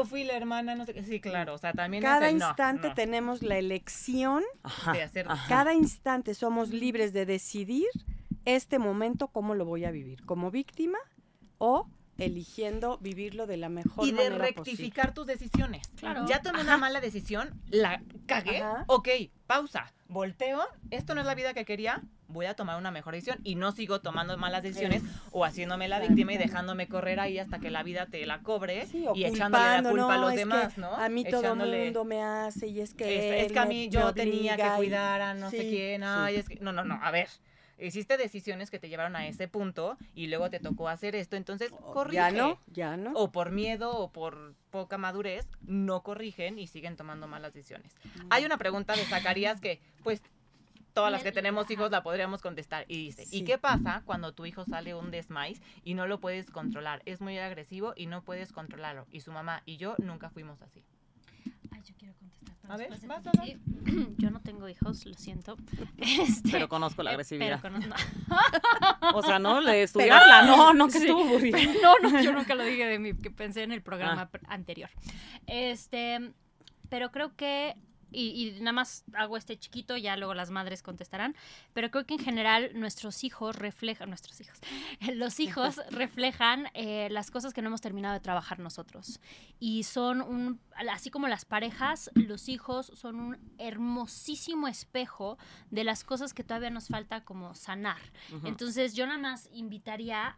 yo fui la hermana, no sé qué. Sí, claro, o sea, también cada es el instante tenemos la elección, Ajá. de hacer. cada instante somos libres de decidir este momento cómo lo voy a vivir, como víctima o eligiendo vivirlo de la mejor Y de manera rectificar tus decisiones. Claro. Ya tomé una mala decisión, la cagué, Ajá. ok, pausa, volteo, esto no es la vida que quería, voy a tomar una mejor decisión y no sigo tomando malas decisiones o haciéndome la víctima y dejándome correr ahí hasta que la vida te la cobre Sí, o y echándole la culpando, culpa a no, los es demás, que ¿no? a mí todo el Echándole- mundo me hace y es que es él que a me- mí me yo tenía que obliga y- cuidar a no sé Sí, quién, sí. ay, es que no, a ver. Hiciste decisiones que te llevaron a ese punto y luego te tocó hacer esto, entonces corrige. Ya no. O por miedo o por poca madurez, no corrigen y siguen tomando malas decisiones. Hay una pregunta de Zacarías que, pues, todas las que tenemos hijos la podríamos contestar. Y dice, Sí. ¿y qué pasa cuando tu hijo sale un desmais y no lo puedes controlar? Es muy agresivo y no puedes controlarlo. Y su mamá y yo nunca fuimos así. Ay, yo quiero contestar. pero A ver, después de vas, ti. vas. Sí. Yo no tengo hijos, lo siento. Pero conozco la Pero agresividad. conozco. O sea, no, de estudiarla, no que Sí. estuvo aburrida. No, yo nunca lo dije de mí, que pensé en el programa anterior. Pero creo que, y nada más hago este chiquito, ya luego las madres contestarán, pero creo que en general los hijos reflejan las cosas que no hemos terminado de trabajar nosotros. Y son así como las parejas, los hijos son un hermosísimo espejo de las cosas que todavía nos falta como sanar. Ujú. Entonces yo nada más invitaría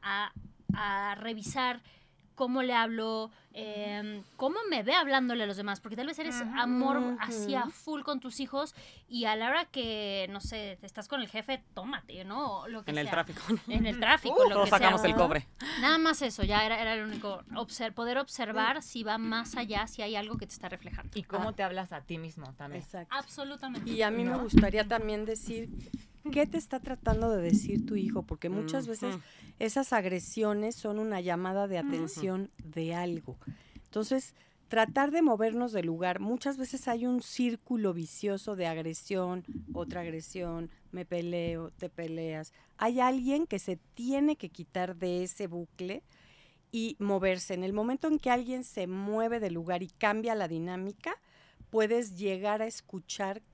a revisar cómo le hablo, cómo me ve hablándole a los demás, porque tal vez eres amor así a full con tus hijos y a la hora que, no sé, estás con el jefe, tómate, ¿no? O lo que En el sea. tráfico. En el tráfico, lo Todos que sea. sacamos el cobre. Nada más eso, ya era el único, poder observar si va más allá, si hay algo que te está reflejando. ¿Y cómo te hablas a ti mismo también? Exacto. Absolutamente. Y a mí me ¿No? gustaría también decir, ¿qué te está tratando de decir tu hijo? Porque muchas veces esas agresiones son una llamada de atención de algo. Entonces, tratar de movernos del lugar. Muchas veces hay un círculo vicioso de agresión, otra agresión, me peleo, te peleas. Hay alguien que se tiene que quitar de ese bucle y moverse. En el momento en que alguien se mueve del lugar y cambia la dinámica, puedes llegar a escuchar,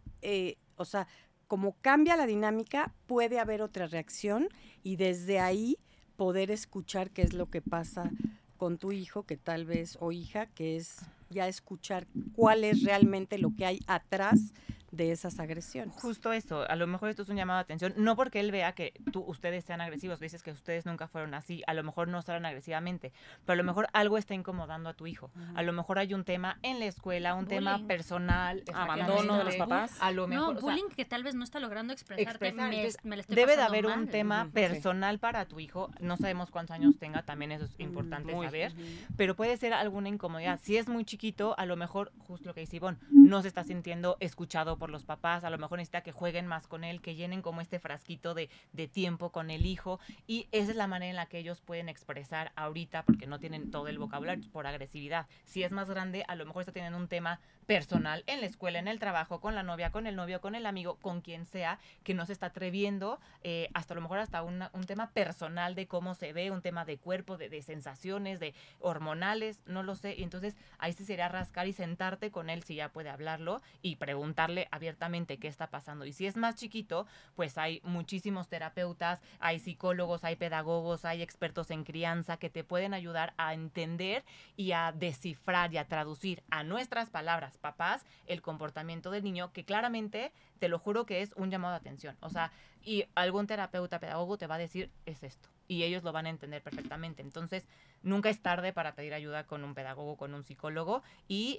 o sea, como cambia la dinámica, puede haber otra reacción y desde ahí poder escuchar qué es lo que pasa con tu hijo, que tal vez, o hija, que es ya escuchar cuál es realmente lo que hay atrás de esas agresiones. Justo eso, a lo mejor esto es un llamado de atención, no porque él vea que ustedes sean agresivos, dices que ustedes nunca fueron así, a lo mejor no salen agresivamente, pero a lo mejor algo está incomodando a tu hijo, a lo mejor hay un tema en la escuela, un tema Bullying. personal, Abandono de los papás. a lo mejor, No, o sea, bullying que tal vez no está logrando expresarte, expresar. Entonces, me la estoy debe de pasando haber un mal. tema Ujú, personal para tu hijo, no sabemos cuántos años tenga, también eso es importante Muy. saber, pero puede ser alguna incomodidad. Si es muy chiquito, a lo mejor, justo lo que dice Ivonne, no se está sintiendo escuchado por los papás, a lo mejor necesita que jueguen más con él, que llenen como este frasquito de tiempo con el hijo, y esa es la manera en la que ellos pueden expresar ahorita, porque no tienen todo el vocabulario por agresividad. Si es más grande, a lo mejor está teniendo un tema personal en la escuela, en el trabajo, con la novia, con el novio, con el amigo, con quien sea, que no se está atreviendo, hasta a lo mejor hasta un tema personal de cómo se ve, un tema de cuerpo, de sensaciones, de hormonales, no lo sé, y entonces ahí sí sería rascar y sentarte con él si ya puede hablarlo y preguntarle abiertamente qué está pasando. Y si es más chiquito, pues hay muchísimos terapeutas, hay psicólogos, hay pedagogos, hay expertos en crianza que te pueden ayudar a entender y a descifrar y a traducir a nuestras palabras, papás, el comportamiento del niño, que claramente, te lo juro que es un llamado de atención. O sea, y algún terapeuta, pedagogo te va a decir, es esto. Y ellos lo van a entender perfectamente. Entonces, nunca es tarde para pedir ayuda con un pedagogo, con un psicólogo, y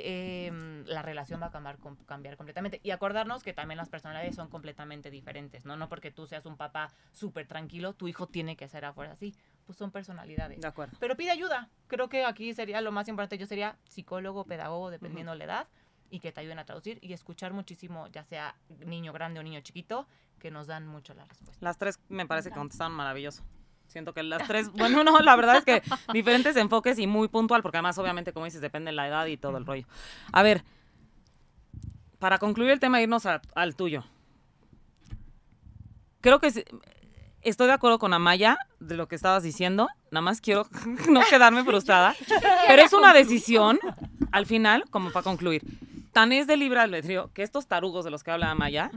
la relación va a cambiar completamente. Y acordarnos que también las personalidades son completamente diferentes, ¿no? No porque tú seas un papá súper tranquilo, tu hijo tiene que ser afuera así. Pues son personalidades. De acuerdo. Pero pide ayuda. Creo que aquí sería lo más importante. Yo sería psicólogo, pedagogo, dependiendo la edad, y que te ayuden a traducir y escuchar muchísimo, ya sea niño grande o niño chiquito, que nos dan mucho la respuesta. Las tres me parece que contestaron maravilloso. Siento que las tres, bueno, no, la verdad es que diferentes enfoques y muy puntual, porque además, obviamente, como dices, depende de la edad y todo el rollo. A ver, para concluir el tema, irnos al tuyo. Creo que estoy de acuerdo con Amaya de lo que estabas diciendo. Nada más quiero no quedarme frustrada. Pero es una decisión, al final, como para concluir. Tan es de libre albedrío que estos tarugos de los que habla Amaya,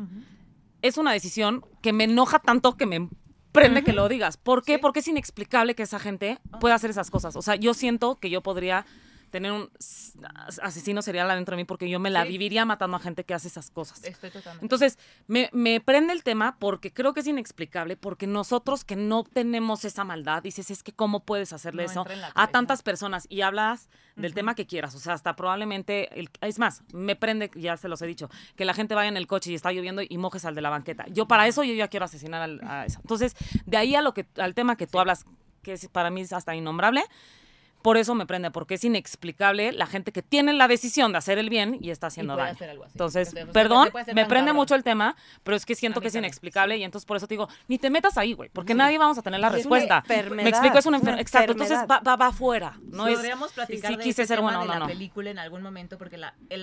es una decisión que me enoja tanto que me prende que lo digas. ¿Por qué? Sí. Porque es inexplicable que esa gente pueda hacer esas cosas. O sea, yo siento que yo podría tener un asesino serial adentro de mí porque yo me la Sí. viviría matando a gente que hace esas cosas. Estoy totalmente. Entonces, me prende el tema porque creo que es inexplicable, porque nosotros que no tenemos esa maldad, dices, es que cómo puedes hacerle No eso entra en la a cabeza. tantas personas y hablas del tema que quieras, o sea, hasta probablemente, es más, me prende, ya se los he dicho, que la gente vaya en el coche y está lloviendo y mojes al de la banqueta. Yo para eso yo ya quiero asesinar a eso. Entonces, de ahí al tema que tú hablas, que para mí es hasta innombrable. Por eso me prende, porque es inexplicable la gente que tiene la decisión de hacer el bien y está haciendo puede daño. hacer algo así. Entonces, O sea, perdón, puede ser me tan prende cabrón. mucho el tema, pero es que siento A que mí es también, inexplicable y entonces por eso te digo, ni te metas ahí, güey, porque nadie vamos a tener la Es una respuesta. enfermedad, Me explico, es una es una enfermedad. Exacto, entonces enfermedad. va afuera. No es, Podríamos platicar sí de quise este ser tema buena de onda, la no. película en algún momento porque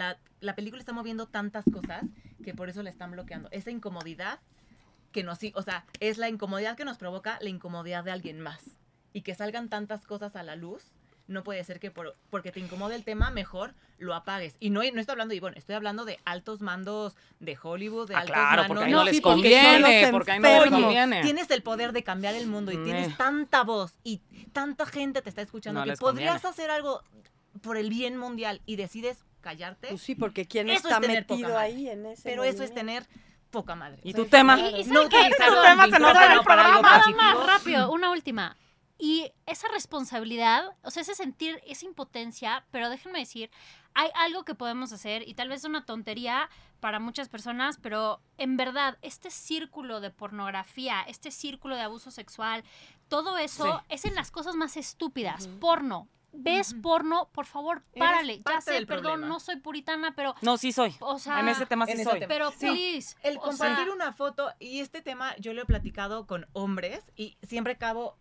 la película está moviendo tantas cosas que por eso la están bloqueando. Esa incomodidad que o sea, es la incomodidad que nos provoca la incomodidad de alguien más. Y que salgan tantas cosas a la luz, no puede ser que porque te incomode el tema, mejor lo apagues. Y no estoy hablando de Ivonne, estoy hablando de altos mandos de Hollywood, de altos Claro, mandos. porque ahí no les sí, porque conviene, son los porque ahí no les enfermos. conviene. Tienes el poder de cambiar el mundo y tienes tanta voz y tanta gente te está escuchando No que les podrías conviene. hacer algo por el bien mundial y decides callarte. Pues sí, porque quién Eso está es tener poca metido madre. ahí en ese Pero eso es movimiento. tener poca madre. ¿Y O sea, tu tema? Y no ¿saben qué? utilizarlo Tu tema en se nos contra, da el no para algo programa. positivo. Más rápido, una última. Y esa responsabilidad, o sea, ese sentir, esa impotencia, pero déjenme decir, hay algo que podemos hacer y tal vez es una tontería para muchas personas, pero en verdad, este círculo de pornografía, este círculo de abuso sexual, todo eso es en las cosas más estúpidas. Porno. ¿Ves porno? Por favor, Eres párale. Ya parte sé, del perdón, problema. no soy puritana, pero, No, sí soy. o sea, En ese tema sí en ese soy. tema. pero Sí. please. El o compartir sea, una foto, y este tema yo lo he platicado con hombres y siempre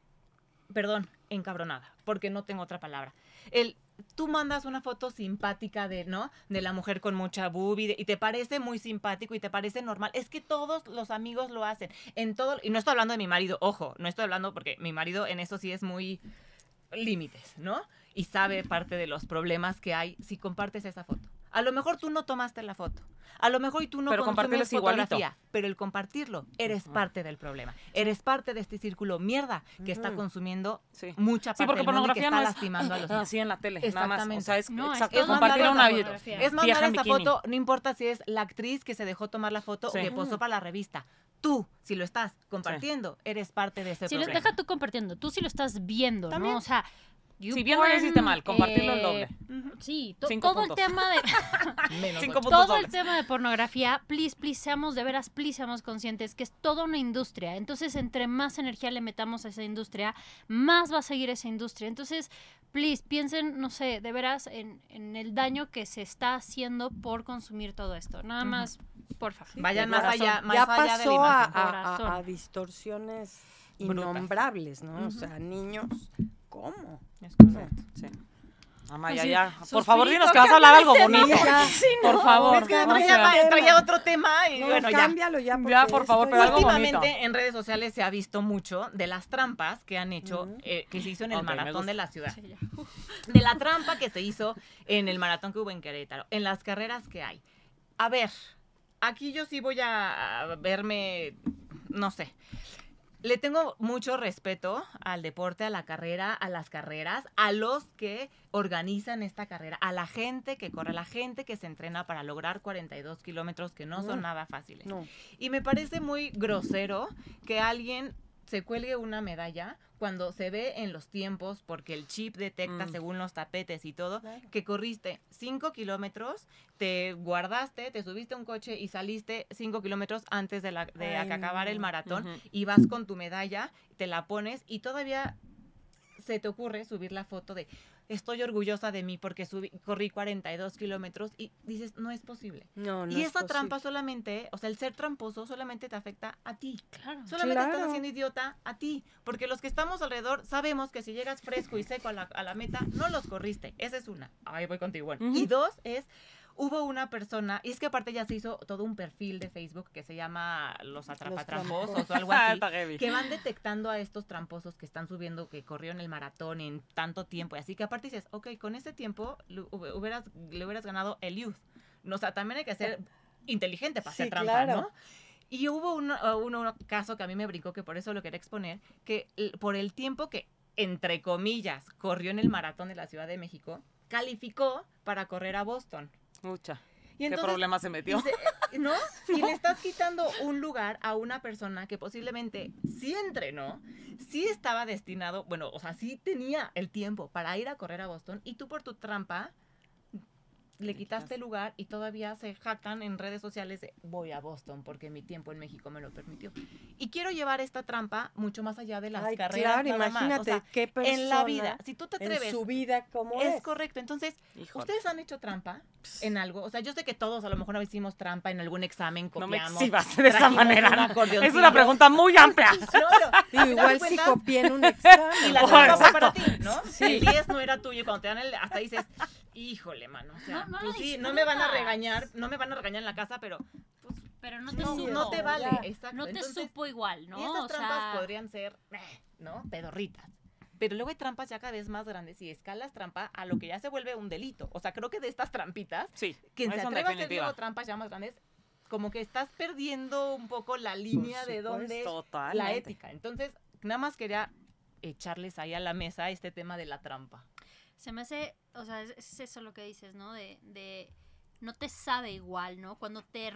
encabronada, porque no tengo otra palabra. Tú mandas una foto simpática de la mujer con mucha boobie y te parece muy simpático y te parece normal. Es que todos los amigos lo hacen. Y no estoy hablando de mi marido, ojo, no estoy hablando porque mi marido en eso sí es muy límites, ¿no? Y sabe parte de los problemas que hay si compartes esa foto. A lo mejor tú no tomaste la foto. A lo mejor y tú no Pero compartirlo consumes es igualito. fotografía. Pero el compartirlo, eres parte del problema. Eres parte de este círculo mierda que está consumiendo Sí. mucha parte Sí, porque del mundo y que pornografía está no es lastimando a los niños. así en la tele, nada más. O sea, es, No, es exacto, todo es compartir mandar una esa vida. fotografía. Es mandar Vieja en esa bikini. foto, no importa si es la actriz que se dejó tomar la foto Sí. o que posó para la revista. Tú, si lo estás compartiendo, eres parte de ese si lo problema. deja tú compartiendo, tú sí lo estás viendo, También. ¿no? O sea, Si viendo ya hiciste mal, compartirlo el doble. Sí, 5 todo el puntos. tema de Menos 5 ocho. puntos todo el dobles. tema de pornografía, please, seamos de veras, seamos conscientes que es toda una industria. Entonces, entre más energía le metamos a esa industria, más va a seguir esa industria. Entonces, please, piensen, no sé, de veras en el daño que se está haciendo por consumir todo esto. Nada más, por favor. Vayan De más corazón. allá, más ya allá de la pasó imagen. Corazón. a distorsiones Brutas. innombrables, ¿no? O sea, niños, ¿cómo? Es correcto. Sí. Amaya, Así, ya. Por suspirito, favor, dinos que vas a hablar algo bonito. Ya. Por favor. Es que o sea, traía otro tema y No, bueno, ya. cámbialo ya. Ya, porque por favor, esto pero ya- algo bonito. Últimamente en redes sociales se ha visto mucho de las trampas que han hecho, que se hizo en el Ok, me maratón gusta. de la ciudad. Sí, ya. De la trampa que se hizo en el maratón que hubo en Querétaro, en las carreras que hay. A ver, aquí yo sí voy a verme, no sé. Le tengo mucho respeto al deporte, a la carrera, a las carreras, a los que organizan esta carrera, a la gente que corre, a la gente que se entrena para lograr 42 kilómetros que no son nada fáciles. No. Y me parece muy grosero que alguien se cuelgue una medalla cuando se ve en los tiempos, porque el chip detecta según los tapetes y todo, Claro. que corriste 5 kilómetros, te guardaste, te subiste a un coche y saliste 5 kilómetros antes de Ay, que acabara el no. maratón Ujú. y vas con tu medalla, te la pones y todavía se te ocurre subir la foto de estoy orgullosa de mí porque corrí 42 kilómetros y dices, no es posible. No, no Y es esa posible. trampa solamente, o sea, el ser tramposo solamente te afecta a ti. Claro. Solamente estás Claro. haciendo idiota a ti. Porque los que estamos alrededor sabemos que si llegas fresco y seco a la meta, no los corriste. Esa es una. Ahí voy contigo. Bueno. Ujú. Y dos es hubo una persona, y es que aparte ya se hizo todo un perfil de Facebook que se llama Los Atrapatramposos o algo así, Está heavy. que van detectando a estos tramposos que están subiendo, que corrieron el maratón en tanto tiempo. Y así que aparte dices, ok, con ese tiempo le hubieras ganado el youth. No, o sea, también hay que ser inteligente para hacer trampa, claro. ¿no? Y hubo un caso que a mí me brincó, que por eso lo quería exponer, que por el tiempo que, entre comillas, corrió en el maratón de la Ciudad de México, calificó para correr a Boston. Mucha. Y ¿Qué entonces, problema se metió? ¿no? Y le estás quitando un lugar a una persona que posiblemente sí entrenó, sí estaba destinado, bueno, o sea, sí tenía el tiempo para ir a correr a Boston, y tú por tu trampa le quitaste el lugar y todavía se jactan en redes sociales de voy a Boston porque mi tiempo en México me lo permitió. Y quiero llevar esta trampa mucho más allá de las carreras. Claro, nada imagínate más. O sea, qué persona en la vida, si tú te atreves, en su vida cómo es es. correcto. Entonces, Híjole. ¿ustedes han hecho trampa en algo? O sea, yo sé que todos a lo mejor hicimos trampa en algún examen, No me copiamos. exhibas de esa trajimos manera. un Es acordeoncillo. una pregunta muy amplia. No, pero, Digo, ¿te igual das si cuenta? copié en un Y examen. la Ojo, trampa fue exacto. para ti, ¿no? Sí. El 10 no era tuyo. Cuando te dan hasta dices, híjole, mano. O sea, No, no pues lo sí, no me van a disfrutas. regañar, no me van a regañar en la casa, pero pues, Pero no te No, supo. no te vale. ya. Exacto. No te Entonces, supo igual, ¿no? y estas O trampas sea, podrían ser, ¿no? Pedorritas. Pero luego hay trampas ya cada vez más grandes y escalas trampa a lo que ya se vuelve un delito. O sea, creo que de estas trampitas, Sí, quien se eso en atreva a hacer definitiva. luego trampas ya más grandes, como que estás perdiendo un poco la línea de dónde es la Totalmente. ética. Entonces, nada más quería echarles ahí a la mesa este tema de la trampa. se me hace, o sea, es eso lo que dices, ¿no? De no te sabe igual, ¿no? Cuando te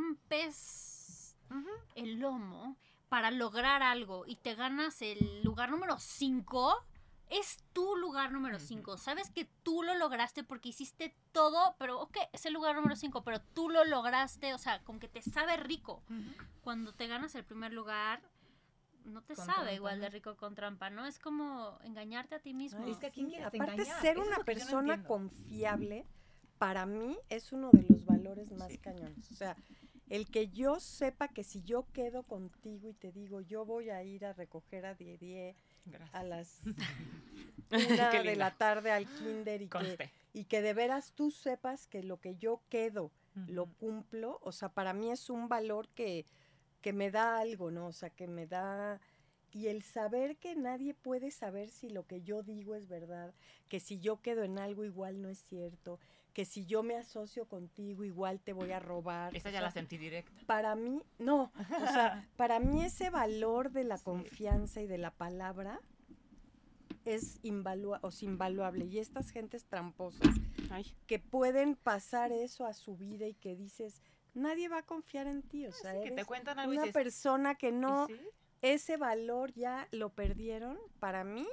rompes el lomo para lograr algo y te ganas el lugar número 5, es tu lugar número 5. Sabes que tú lo lograste porque hiciste todo, pero ok, es el lugar número 5, pero tú lo lograste, o sea, como que te sabe rico. Cuando te ganas el primer lugar, no te Con sabe trampa, igual de ¿no? rico con trampa, ¿no? Es como engañarte a ti mismo. Ay, Es que ¿a quién quieres aparte, engañar? ser Eso es una lo que yo no persona entiendo. confiable, para mí, es uno de los valores más cañones. O sea, el que yo sepa que si yo quedo contigo y te digo, yo voy a ir a recoger a Didier Gracias. a las Qué 1 de linda. la tarde al kinder Conste. y que de veras tú sepas que lo que yo quedo lo Ujú. cumplo, o sea, para mí es un valor que me da algo, ¿no? O sea, que me da... Y el saber que nadie puede saber si lo que yo digo es verdad, que si yo quedo en algo igual no es cierto, que si yo me asocio contigo igual te voy a robar. Esa O ya sea, la sentí directa. para mí, no, o sea, para mí ese valor de la confianza y de la palabra es invaluable. Y estas gentes tramposas Ay, que pueden pasar eso a su vida y que dices, nadie va a confiar en ti, o sea, Sí, que te eres cuentan algo y una dices, persona que no, ¿y sí? ese valor ya lo perdieron, para mí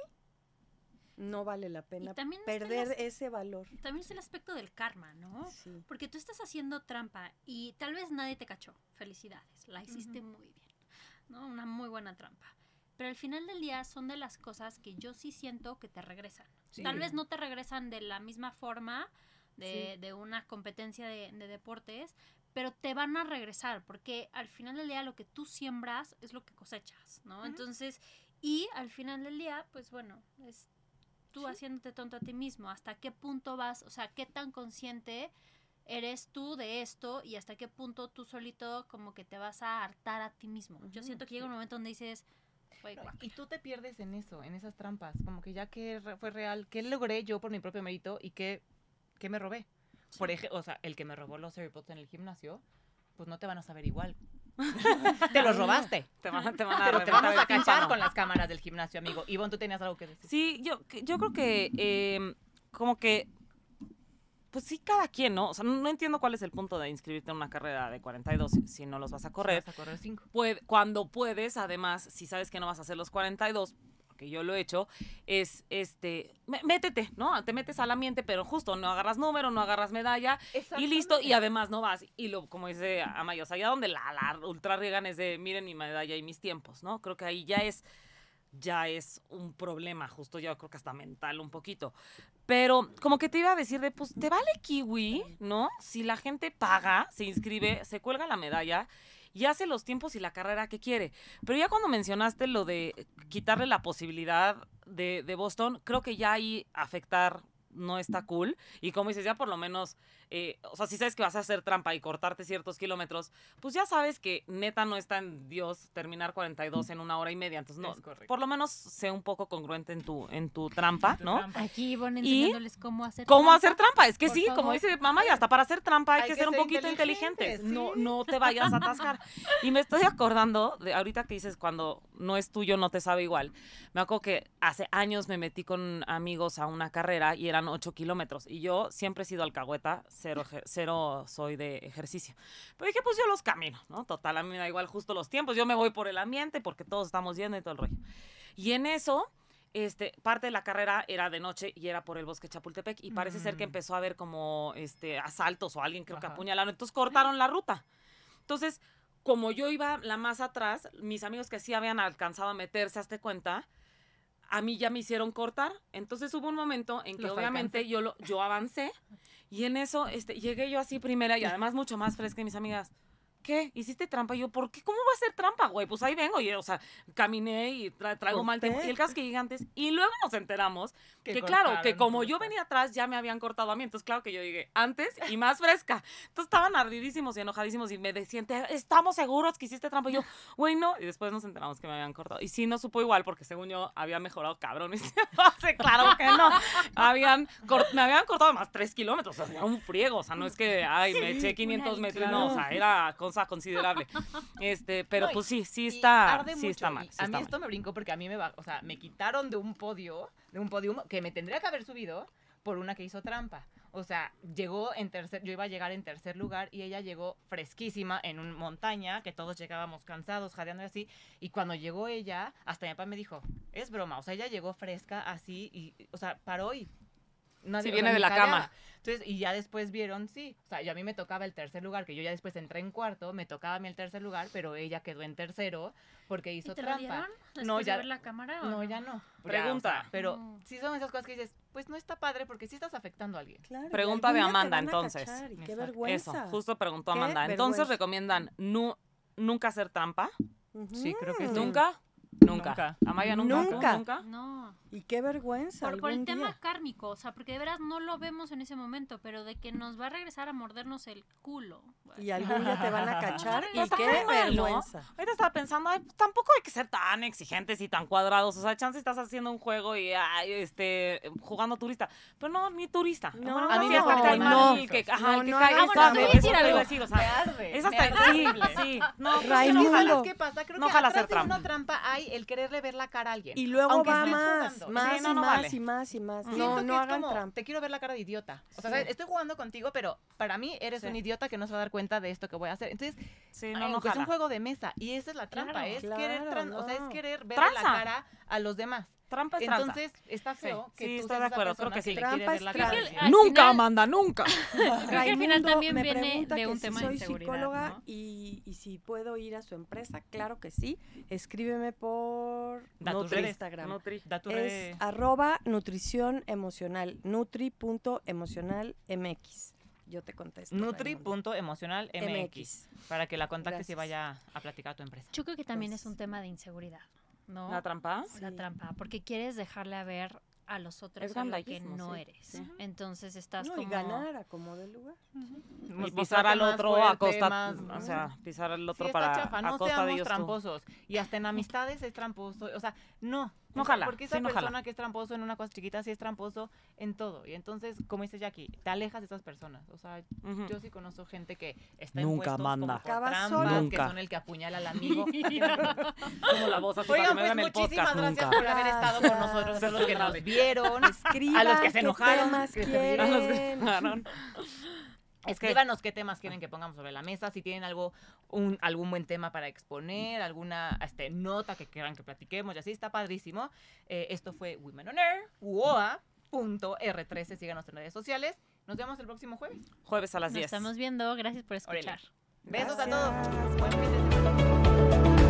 no vale la pena también está perder ese valor. También es el aspecto del karma, ¿no? Sí. Porque tú estás haciendo trampa y tal vez nadie te cachó. Felicidades, la hiciste muy bien, ¿no? Una muy buena trampa. Pero al final del día son de las cosas que yo sí siento que te regresan. Sí. Tal vez no te regresan de la misma forma de una competencia de deportes, pero te van a regresar porque al final del día lo que tú siembras es lo que cosechas, ¿no? Entonces, y al final del día, pues bueno, es tú haciéndote tonto a ti mismo. ¿Hasta qué punto vas? O sea, ¿qué tan consciente eres tú de esto y hasta qué punto tú solito como que te vas a hartar a ti mismo? Yo siento que llega un momento donde dices, "Güey, No, guac". y tú te pierdes en eso, en esas trampas. Como que ya que fue real, ¿qué logré yo por mi propio mérito y qué me robé? Por ejemplo, o sea, el que me robó los AirPods en el gimnasio, pues no te van a saber igual. Te los robaste. te van a Pero te reventar vamos el a cachar tímpano. con las cámaras del gimnasio, amigo. Ivonne, tú tenías algo que decir. Sí, yo creo que como que, pues sí, cada quien, ¿no? O sea, no entiendo cuál es el punto de inscribirte en una carrera de 42 si no los vas a correr. Vas a correr 5. Cuando puedes, además, si sabes que no vas a hacer los 42, que yo lo he hecho, es métete, ¿no? Te metes al ambiente, pero justo no agarras número, no agarras medalla y listo, y además no vas. Y como dice Amaya, o sea, ya donde la ultra riegan es de miren mi medalla y mis tiempos, ¿no? Creo que ahí ya es un problema, justo yo creo que hasta mental un poquito. Pero como que te iba a decir pues te vale kiwi, ¿no? Si la gente paga, se inscribe, se cuelga la medalla y hace los tiempos y la carrera que quiere. Pero ya cuando mencionaste lo de quitarle la posibilidad de Boston, creo que ya ahí afectar no está cool. Y como dices, ya por lo menos, o sea, si sabes que vas a hacer trampa y cortarte ciertos kilómetros, pues ya sabes que neta no está en Dios terminar 42 en 1 hora y media. Entonces, no, por lo menos sé un poco congruente en tu trampa, ¿no? Aquí van enseñándoles cómo hacer ¿Cómo hacer trampa? Es que Por sí, favor. como dice mamá, y hasta para hacer trampa hay que ser un ser poquito inteligentes. inteligentes, No te vayas a atascar. Y me estoy acordando de ahorita que dices cuando no es tuyo no te sabe igual. Me acuerdo que hace años me metí con amigos a una carrera y eran 8 kilómetros. Y yo siempre he sido alcahueta, cero soy de ejercicio. Pero dije, pues yo los camino, ¿no? Total, a mí me da igual justo los tiempos. Yo me voy por el ambiente porque todos estamos yendo y todo el rollo. Y en eso, parte de la carrera era de noche y era por el bosque Chapultepec. Y parece ser que empezó a haber como asaltos o alguien creo que apuñalaron. Entonces cortaron la ruta. Entonces, como yo iba la más atrás, mis amigos que sí habían alcanzado a meterse, hazte cuenta, a mí ya me hicieron cortar. Entonces hubo un momento en que Los obviamente yo avancé y en eso llegué yo así primera y además mucho más fresca que mis amigas. ¿Qué? ¿Hiciste trampa? Y yo, ¿por qué? ¿Cómo va a ser trampa, güey? Pues ahí vengo. Y, o sea, caminé y traigo mal tiempo. Y el caso es que llegué antes. Y luego nos enteramos que claro, que como yo venía atrás, ya me habían cortado a mí. Entonces, claro que yo llegué antes y más fresca. Entonces, estaban ardidísimos y enojadísimos. Y me decían, ¿estamos seguros que hiciste trampa? Y yo, güey, no. Y después nos enteramos que me habían cortado. Y sí, no supo igual, porque según yo, había mejorado cabrón. Y claro que no. Me habían cortado más 3 kilómetros. O sea, era un friego. O sea, no es que, me eché 500 metros. No, o sea, era cosa considerable. Pero No, pues sí y está arde mal. Y a mí esto me brincó porque a mí me quitaron de un podium que me tendría que haber subido por una que hizo trampa. O sea, yo iba a llegar en tercer lugar y ella llegó fresquísima en una montaña, que todos llegábamos cansados, jadeando y así. Y cuando llegó ella, hasta mi papá me dijo, es broma, o sea, ella llegó fresca así y, o sea, paró y nadie, Sí, viene de la cama. Entonces, y ya después vieron, sí, o sea, a mí me tocaba el tercer lugar, que yo ya después entré en cuarto, me tocaba a mí el tercer lugar, pero ella quedó en tercero porque hizo ¿Y te trampa. lo dieron después No, ya de ver la cámara? ¿o no, ya no. Pregunta. Ya, o sea, pero No. sí son esas cosas que dices, pues no está padre porque sí estás afectando a alguien. Claro, y Pregunta algún de día te Amanda, van a entonces. cachar, y qué Exacto. vergüenza. Eso, justo preguntó Qué Amanda. Entonces vergüenza. recomiendan nunca hacer trampa. Ujú. Sí, creo que sí. ¿Nunca? Nunca. Nunca. Amaya, nunca. Nunca. ¿Nunca? No. Y qué vergüenza. Por el algún tema día. kármico, o sea, porque de veras no lo vemos en ese momento, pero de que nos va a regresar a mordernos el culo. Y algún día te van a cachar. Y Está qué muy mal, ¿no? vergüenza. Ahorita estaba pensando, ay, pues, tampoco hay que ser tan exigentes y tan cuadrados. O sea, chance estás haciendo un juego y jugando turista. Pero no, ni turista. No, Bueno, a mí sí, me hasta parece cae mal. mal el que, ajá, No, el que no cae hagas está eso. bien, Te voy a eso decir te iba algo. a decir, o sea, es hasta, sí, sí. No, creo que Raimundo. no jala. ¿Sabes qué pasa? Creo No que jala atrás hacer de trampa. una trampa hay el quererle ver la cara a alguien. Y luego Aunque va estés más, jugando. más, Sí, no, y no más, vale. y más, y más. Siento No, que no es hagan como, trampa. te quiero ver la cara de idiota. O sea, Sí. ¿sabes? Estoy jugando contigo, pero para mí eres Sí. un idiota que no se va a dar cuenta de esto que voy a hacer. Entonces, Sí, no aunque es jala. un juego de mesa, y esa es la trampa, Claro, es claro, querer, o sea, es no. querer verle la Tranza. cara a los demás. Trampa es tranza. Entonces, está feo que sí, tú estoy seas de esa acuerdo, creo persona que sí. le Trampa quiere ver es la tranza. cara. Creo a que alguien. al Nunca, final- Amanda, nunca. Creo que al final Raimundo también me viene pregunta de que un si tema de soy inseguridad, psicóloga ¿no? y si puedo ir a su empresa, claro que sí. Escríbeme por Da tus Nutri redes. Instagram. Nutri. Da tu Es red. @nutrición emocional, nutri.emocionalmx. Yo te contesto. Raimundo. Nutri.emocionalmx. Para que la contactes y Gracias. vaya a platicar a tu empresa. Yo creo que también es Pues- un tema de inseguridad, ¿no? ¿La trampa? La Sí. trampa, porque quieres dejarle a ver a los otros Es a lo que gandallismo, no sí, eres. sí. Entonces estás No, como... y ganar a como del lugar. Y pisar al más otro fuerte, a costa, más- o sea, pisar al Sí, otro está para chafa, a no costa de seamos ellos tú. tramposos. Y hasta en amistades es tramposo. O sea, no. No O sea, jala, porque esa sí, no persona jala. que es tramposo en una cosa chiquita sí es tramposo en todo. Y entonces, como dice Jackie, te alejas de esas personas. O sea, Ujú. yo sí conozco gente que está en Nunca puestos manda. como por Acaba trampas, solo. que Nunca. son el que apuñala al amigo. Como la voz así para que Oigan, me pues vean el muchísimas podcast. gracias Nunca. por haber estado con nosotros, a los que nos vieron. Escriban A los que se qué enojaron, temas que se quieren. A los que ganaron. Escríbanos qué temas quieren que pongamos sobre la mesa, si tienen algún buen tema para exponer, alguna nota que quieran que platiquemos, y así está padrísimo. Esto fue Women on Air, uoa.r13, síganos en redes sociales. Nos vemos el próximo jueves. Jueves a las Nos 10. estamos viendo, gracias por Órale. escuchar. Besos a Gracias. todos. Buen fin de semana.